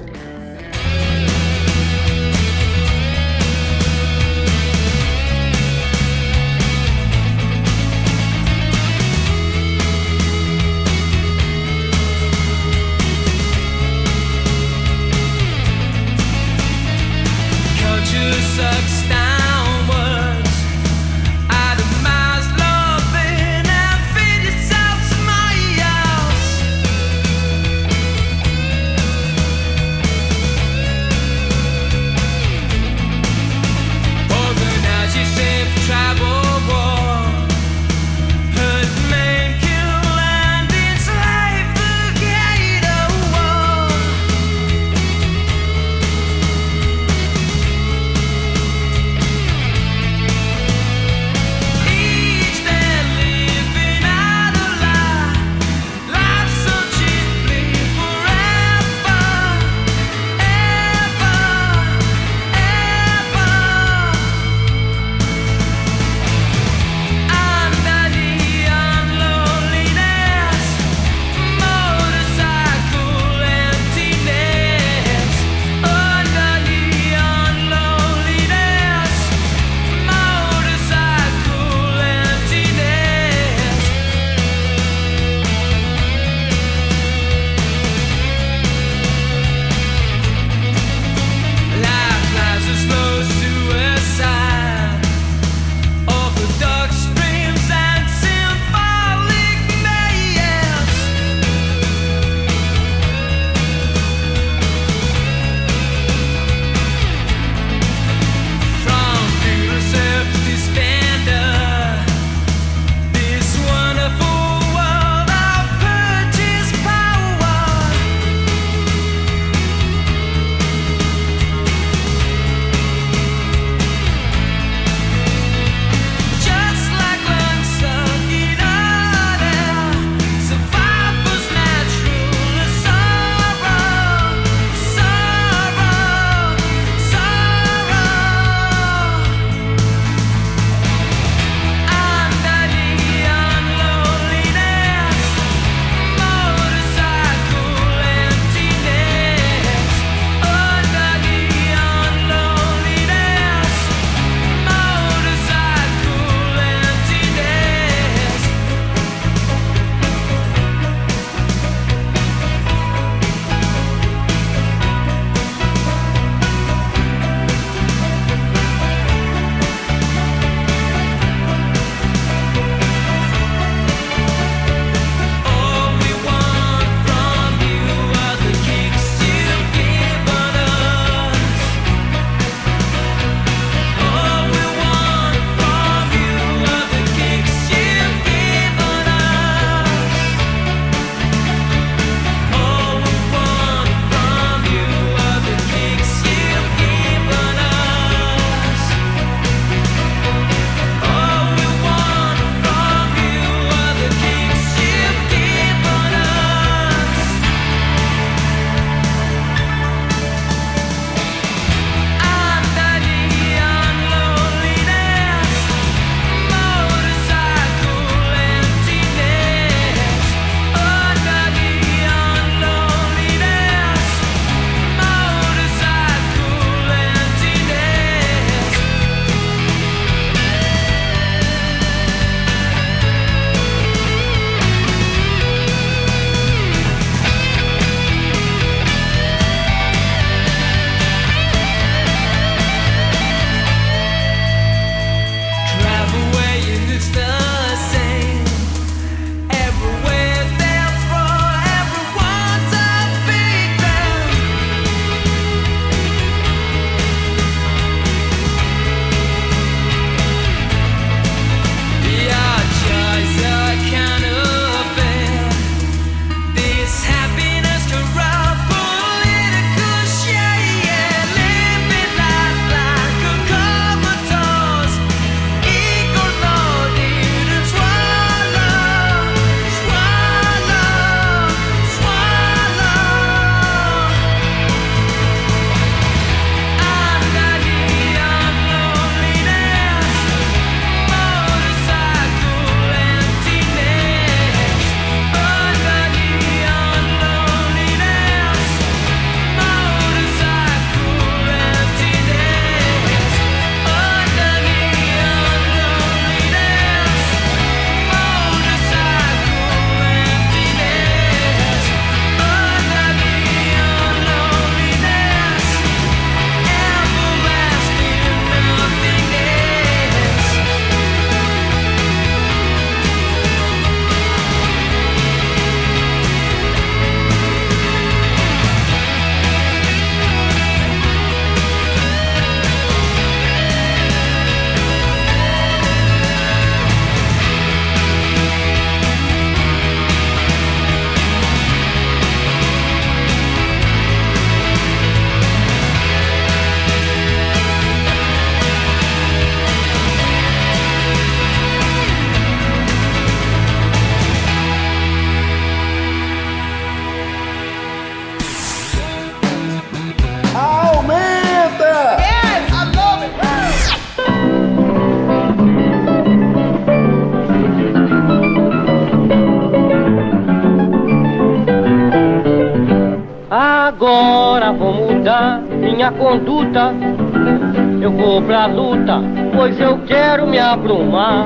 Agora vou mudar minha conduta. Eu vou pra luta, pois eu quero me abrumar.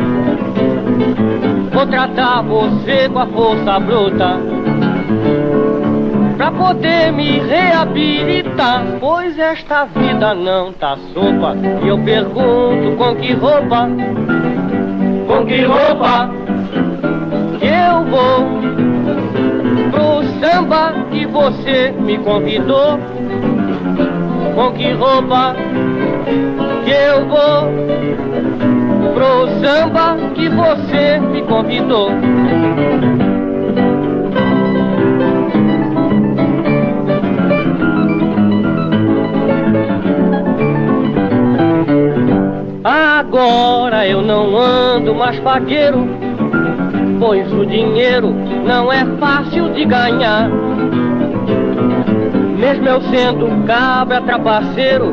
Vou tratar você com a força bruta, pra poder me reabilitar. Pois esta vida não tá sopa. E eu pergunto, com que roupa? Com que roupa que eu vou pro samba que você me convidou? Com que roupa que eu vou pro samba que você me convidou? Agora eu não ando mais fagueiro, pois o dinheiro não é fácil de ganhar. Mesmo eu sendo cabra trapaceiro,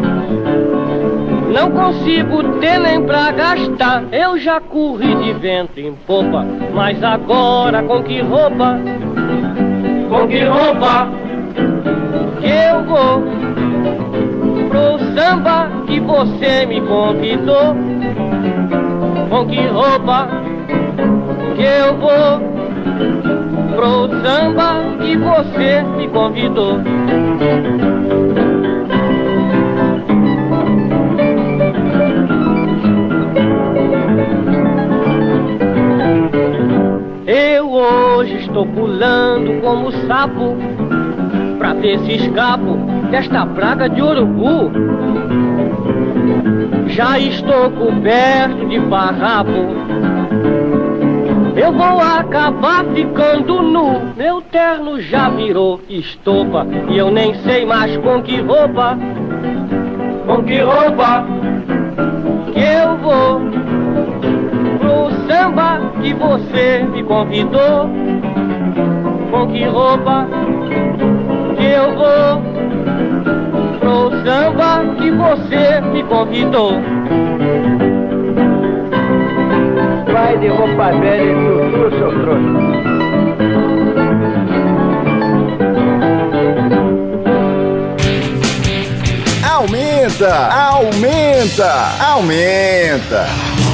não consigo ter nem pra gastar. Eu já corri de vento em popa, mas agora com que roupa? Com que roupa que eu vou pro samba que você me convidou? Com que roupa que eu vou pro samba que você me convidou? Eu hoje estou pulando como sapo, pra ver se escapo desta praga de urubu. Já estou coberto de farrapo, eu vou acabar ficando nu. Meu terno já virou estopa e eu nem sei mais com que roupa. Com que roupa que eu vou pro samba que você me convidou? Com que roupa que eu vou pro samba que você me convidou? Vai de roupa velha e tutu, seu trouxa. Aumenta, aumenta, aumenta.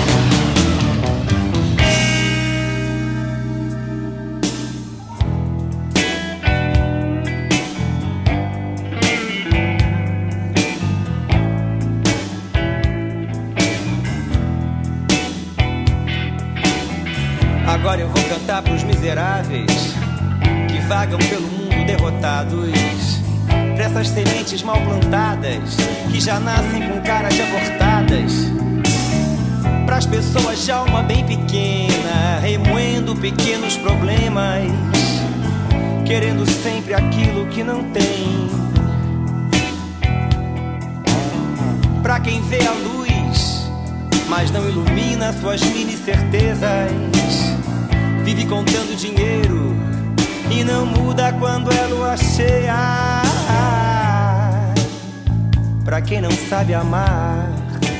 Agora eu vou cantar pros miseráveis que vagam pelo mundo derrotados, pra essas sementes mal plantadas que já nascem com caras de abortadas, pras pessoas de alma bem pequena, remoendo pequenos problemas, querendo sempre aquilo que não tem, pra quem vê a luz, mas não ilumina suas mini certezas, vive contando dinheiro e não muda quando é lua cheia. Pra quem não sabe amar,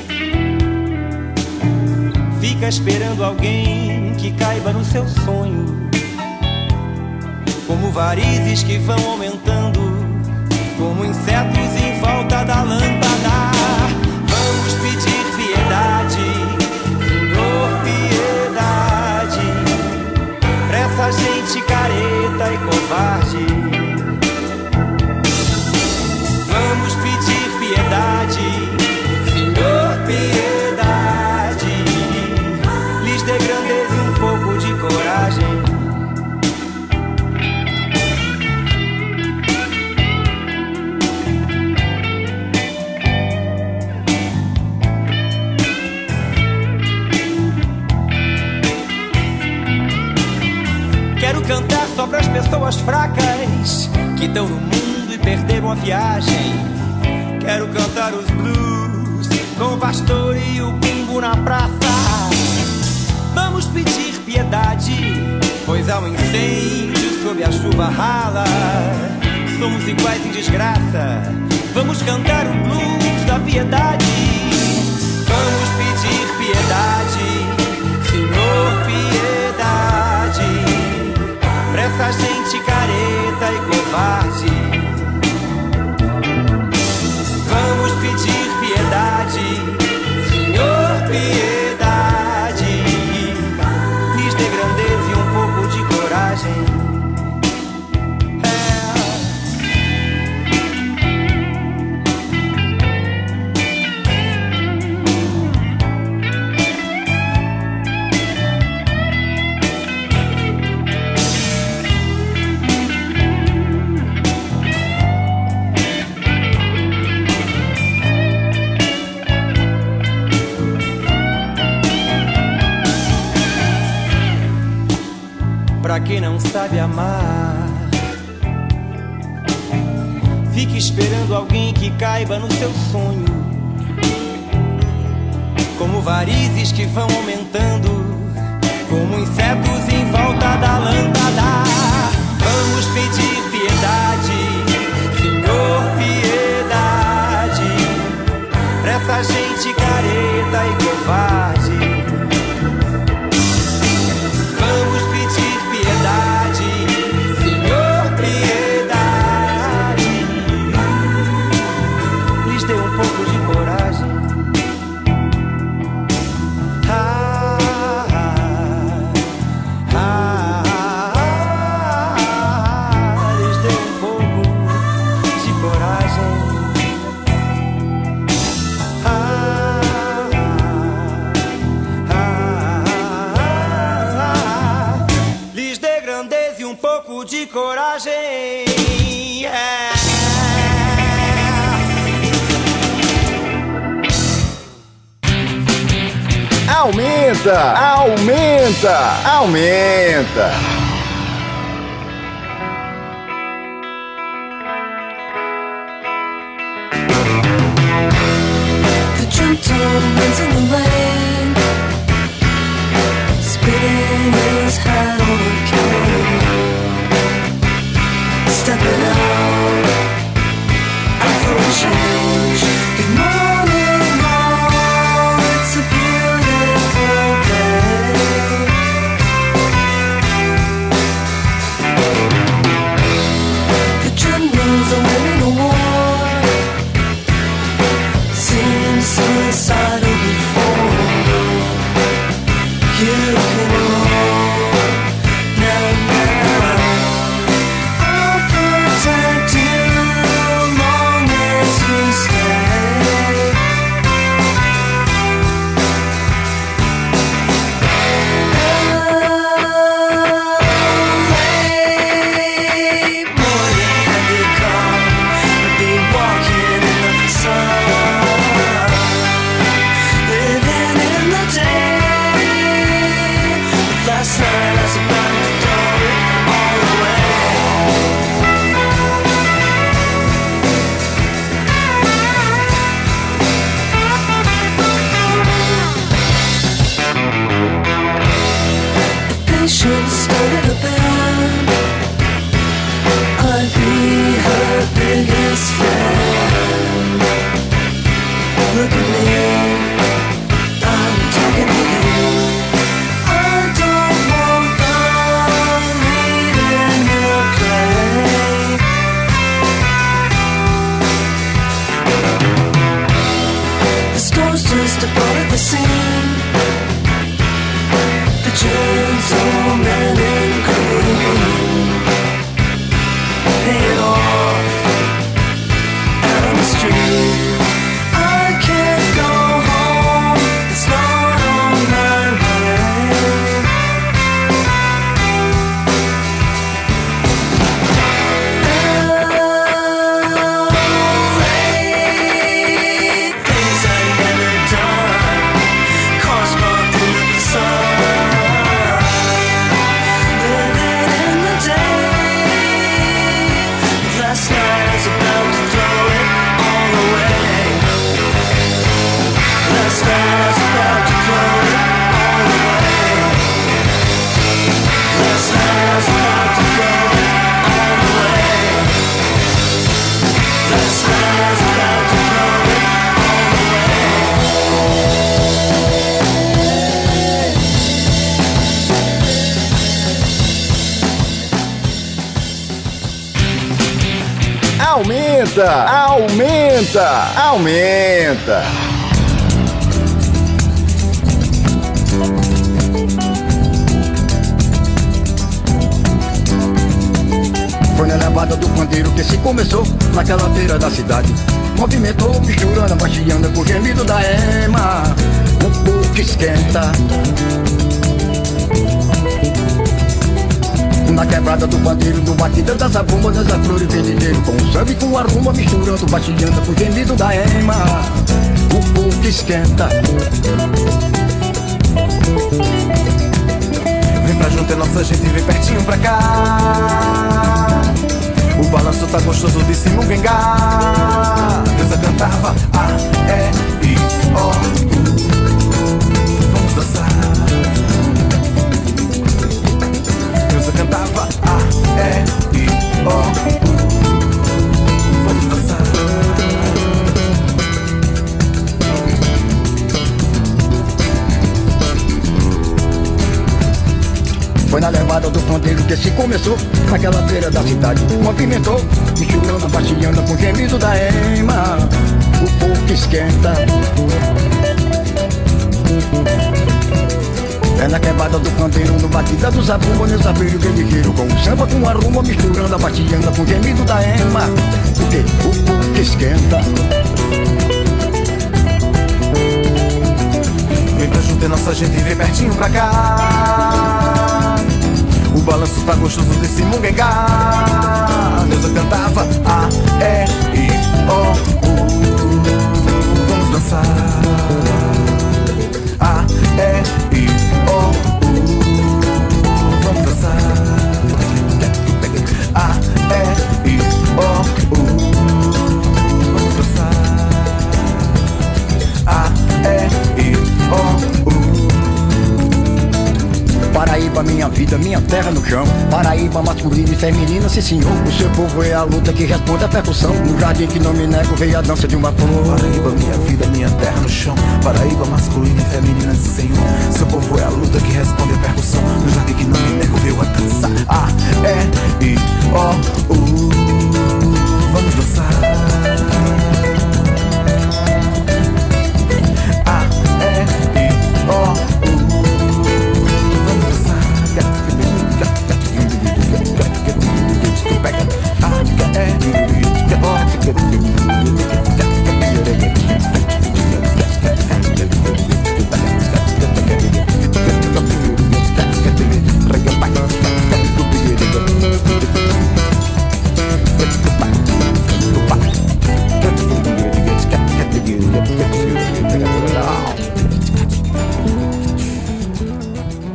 fica esperando alguém que caiba no seu sonho, como varizes que vão aumentando, como insetos em volta da lâmpada. Vamos pedir piedade, Senhor, piedade, pra essa gente careta e covarde. Vamos pedir piedade, Senhor, piedade, lhes dê grandeza e um pouco de coragem. Quero cantar só pras pessoas fracas que estão no mundo e perderam a viagem. Quero cantar os blues com o pastor e o bumbo na praça. Vamos pedir piedade, pois há um incêndio sob a chuva rala. Somos iguais em desgraça. Vamos cantar o blues da piedade. Vamos pedir piedade, Senhor, piedade, pra essa gente careta e covarde. porque não sabe amar. Fique esperando alguém que caiba no seu sonho, como varizes que vão aumentando, como insetos em volta da lâmpada. Vamos pedir piedade, Senhor, piedade, pra essa gente careta e covarde. Vamos pedir piedade, Senhor, piedade. Lhes dê um pouco de coragem. Ah, ah, ah, ah, lhes dê um pouco de coragem. Ah, lhes dê grandeza e um pouco de coragem. Yeah. Aumenta, aumenta, aumenta. The gentleman's in the lane, spitting his hat on a cane, stepping out, out for a change. Good morning, all, it's a beautiful day. The generals are winning a war, seems suicidal before. You can roll now, now. I'll protect you long as you stay. Late morning had to come, I'd be walking in the sun, living in the day. Last night I was about to throw it all away. The patient started a band, I'd be her biggest fan. Look at me, I'm talking to you. I don't want the lead in your play. The store's just about at the scene, the gentleman in green, paying off out on the street. I can't go home, it's not on my way. Late things I never done, cars parked in the sun, living in the day. Last night I was about to throw it all away. Last night I was about to throw it all away. Last night I was about to throw it all away. Last night I was about to throw it all Aumenta, aumenta, aumenta. Foi na levada do pandeiro que se começou, naquela feira da cidade. Movimentou, misturando, baixeando com o gemido da ema. O povo que esquenta. Na quebrada do pandeiro, no batidão das abumas, das flores vendedeiro, com o samba e com a rumba, misturando, baixeando com o gemido da ema. O povo que esquenta. pra junto é nossa gente, vem pertinho pra cá. O balanço tá gostoso de Simungengá. Deusa cantava A, E, I, O, U. Vamos dançar. Deusa cantava A, E, I, O, U. Vamos dançar. Foi na levada do ponteiro que se começou, naquela feira da cidade, movimentou, misturando a bastiana com o gemido da ema. O povo que esquenta. É na quebrada do canteiro, no batida do zabumba, nesse abelho que ele giro, com o samba com a rumba, misturando a bastiana com o gemido da ema. O que? O povo que esquenta. Vem pra junto é nossa gente, vem pertinho pra cá. O balanço tá gostoso desse Simungengá. Deusa cantava A, E, I, O, U. Vamos dançar. A, E, I, O, U. Vamos dançar. A, E, I, O, U. Vamos dançar. A, E, I, O, U. Paraíba, minha vida, minha terra no chão. Paraíba, masculina e feminina, sim senhor. O seu povo é a luta que responde a percussão. No jardim que não me nego, veio a dança de uma flor. Paraíba, minha vida, minha terra no chão. Paraíba, masculina e feminina, sim senhor. Seu povo é a luta que responde a percussão. No jardim que não me nego, veio a dança. A, E, I, O, U. Vamos dançar. A, E, I, O, U.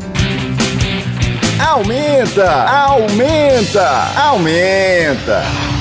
Aumenta, aumenta, aumenta.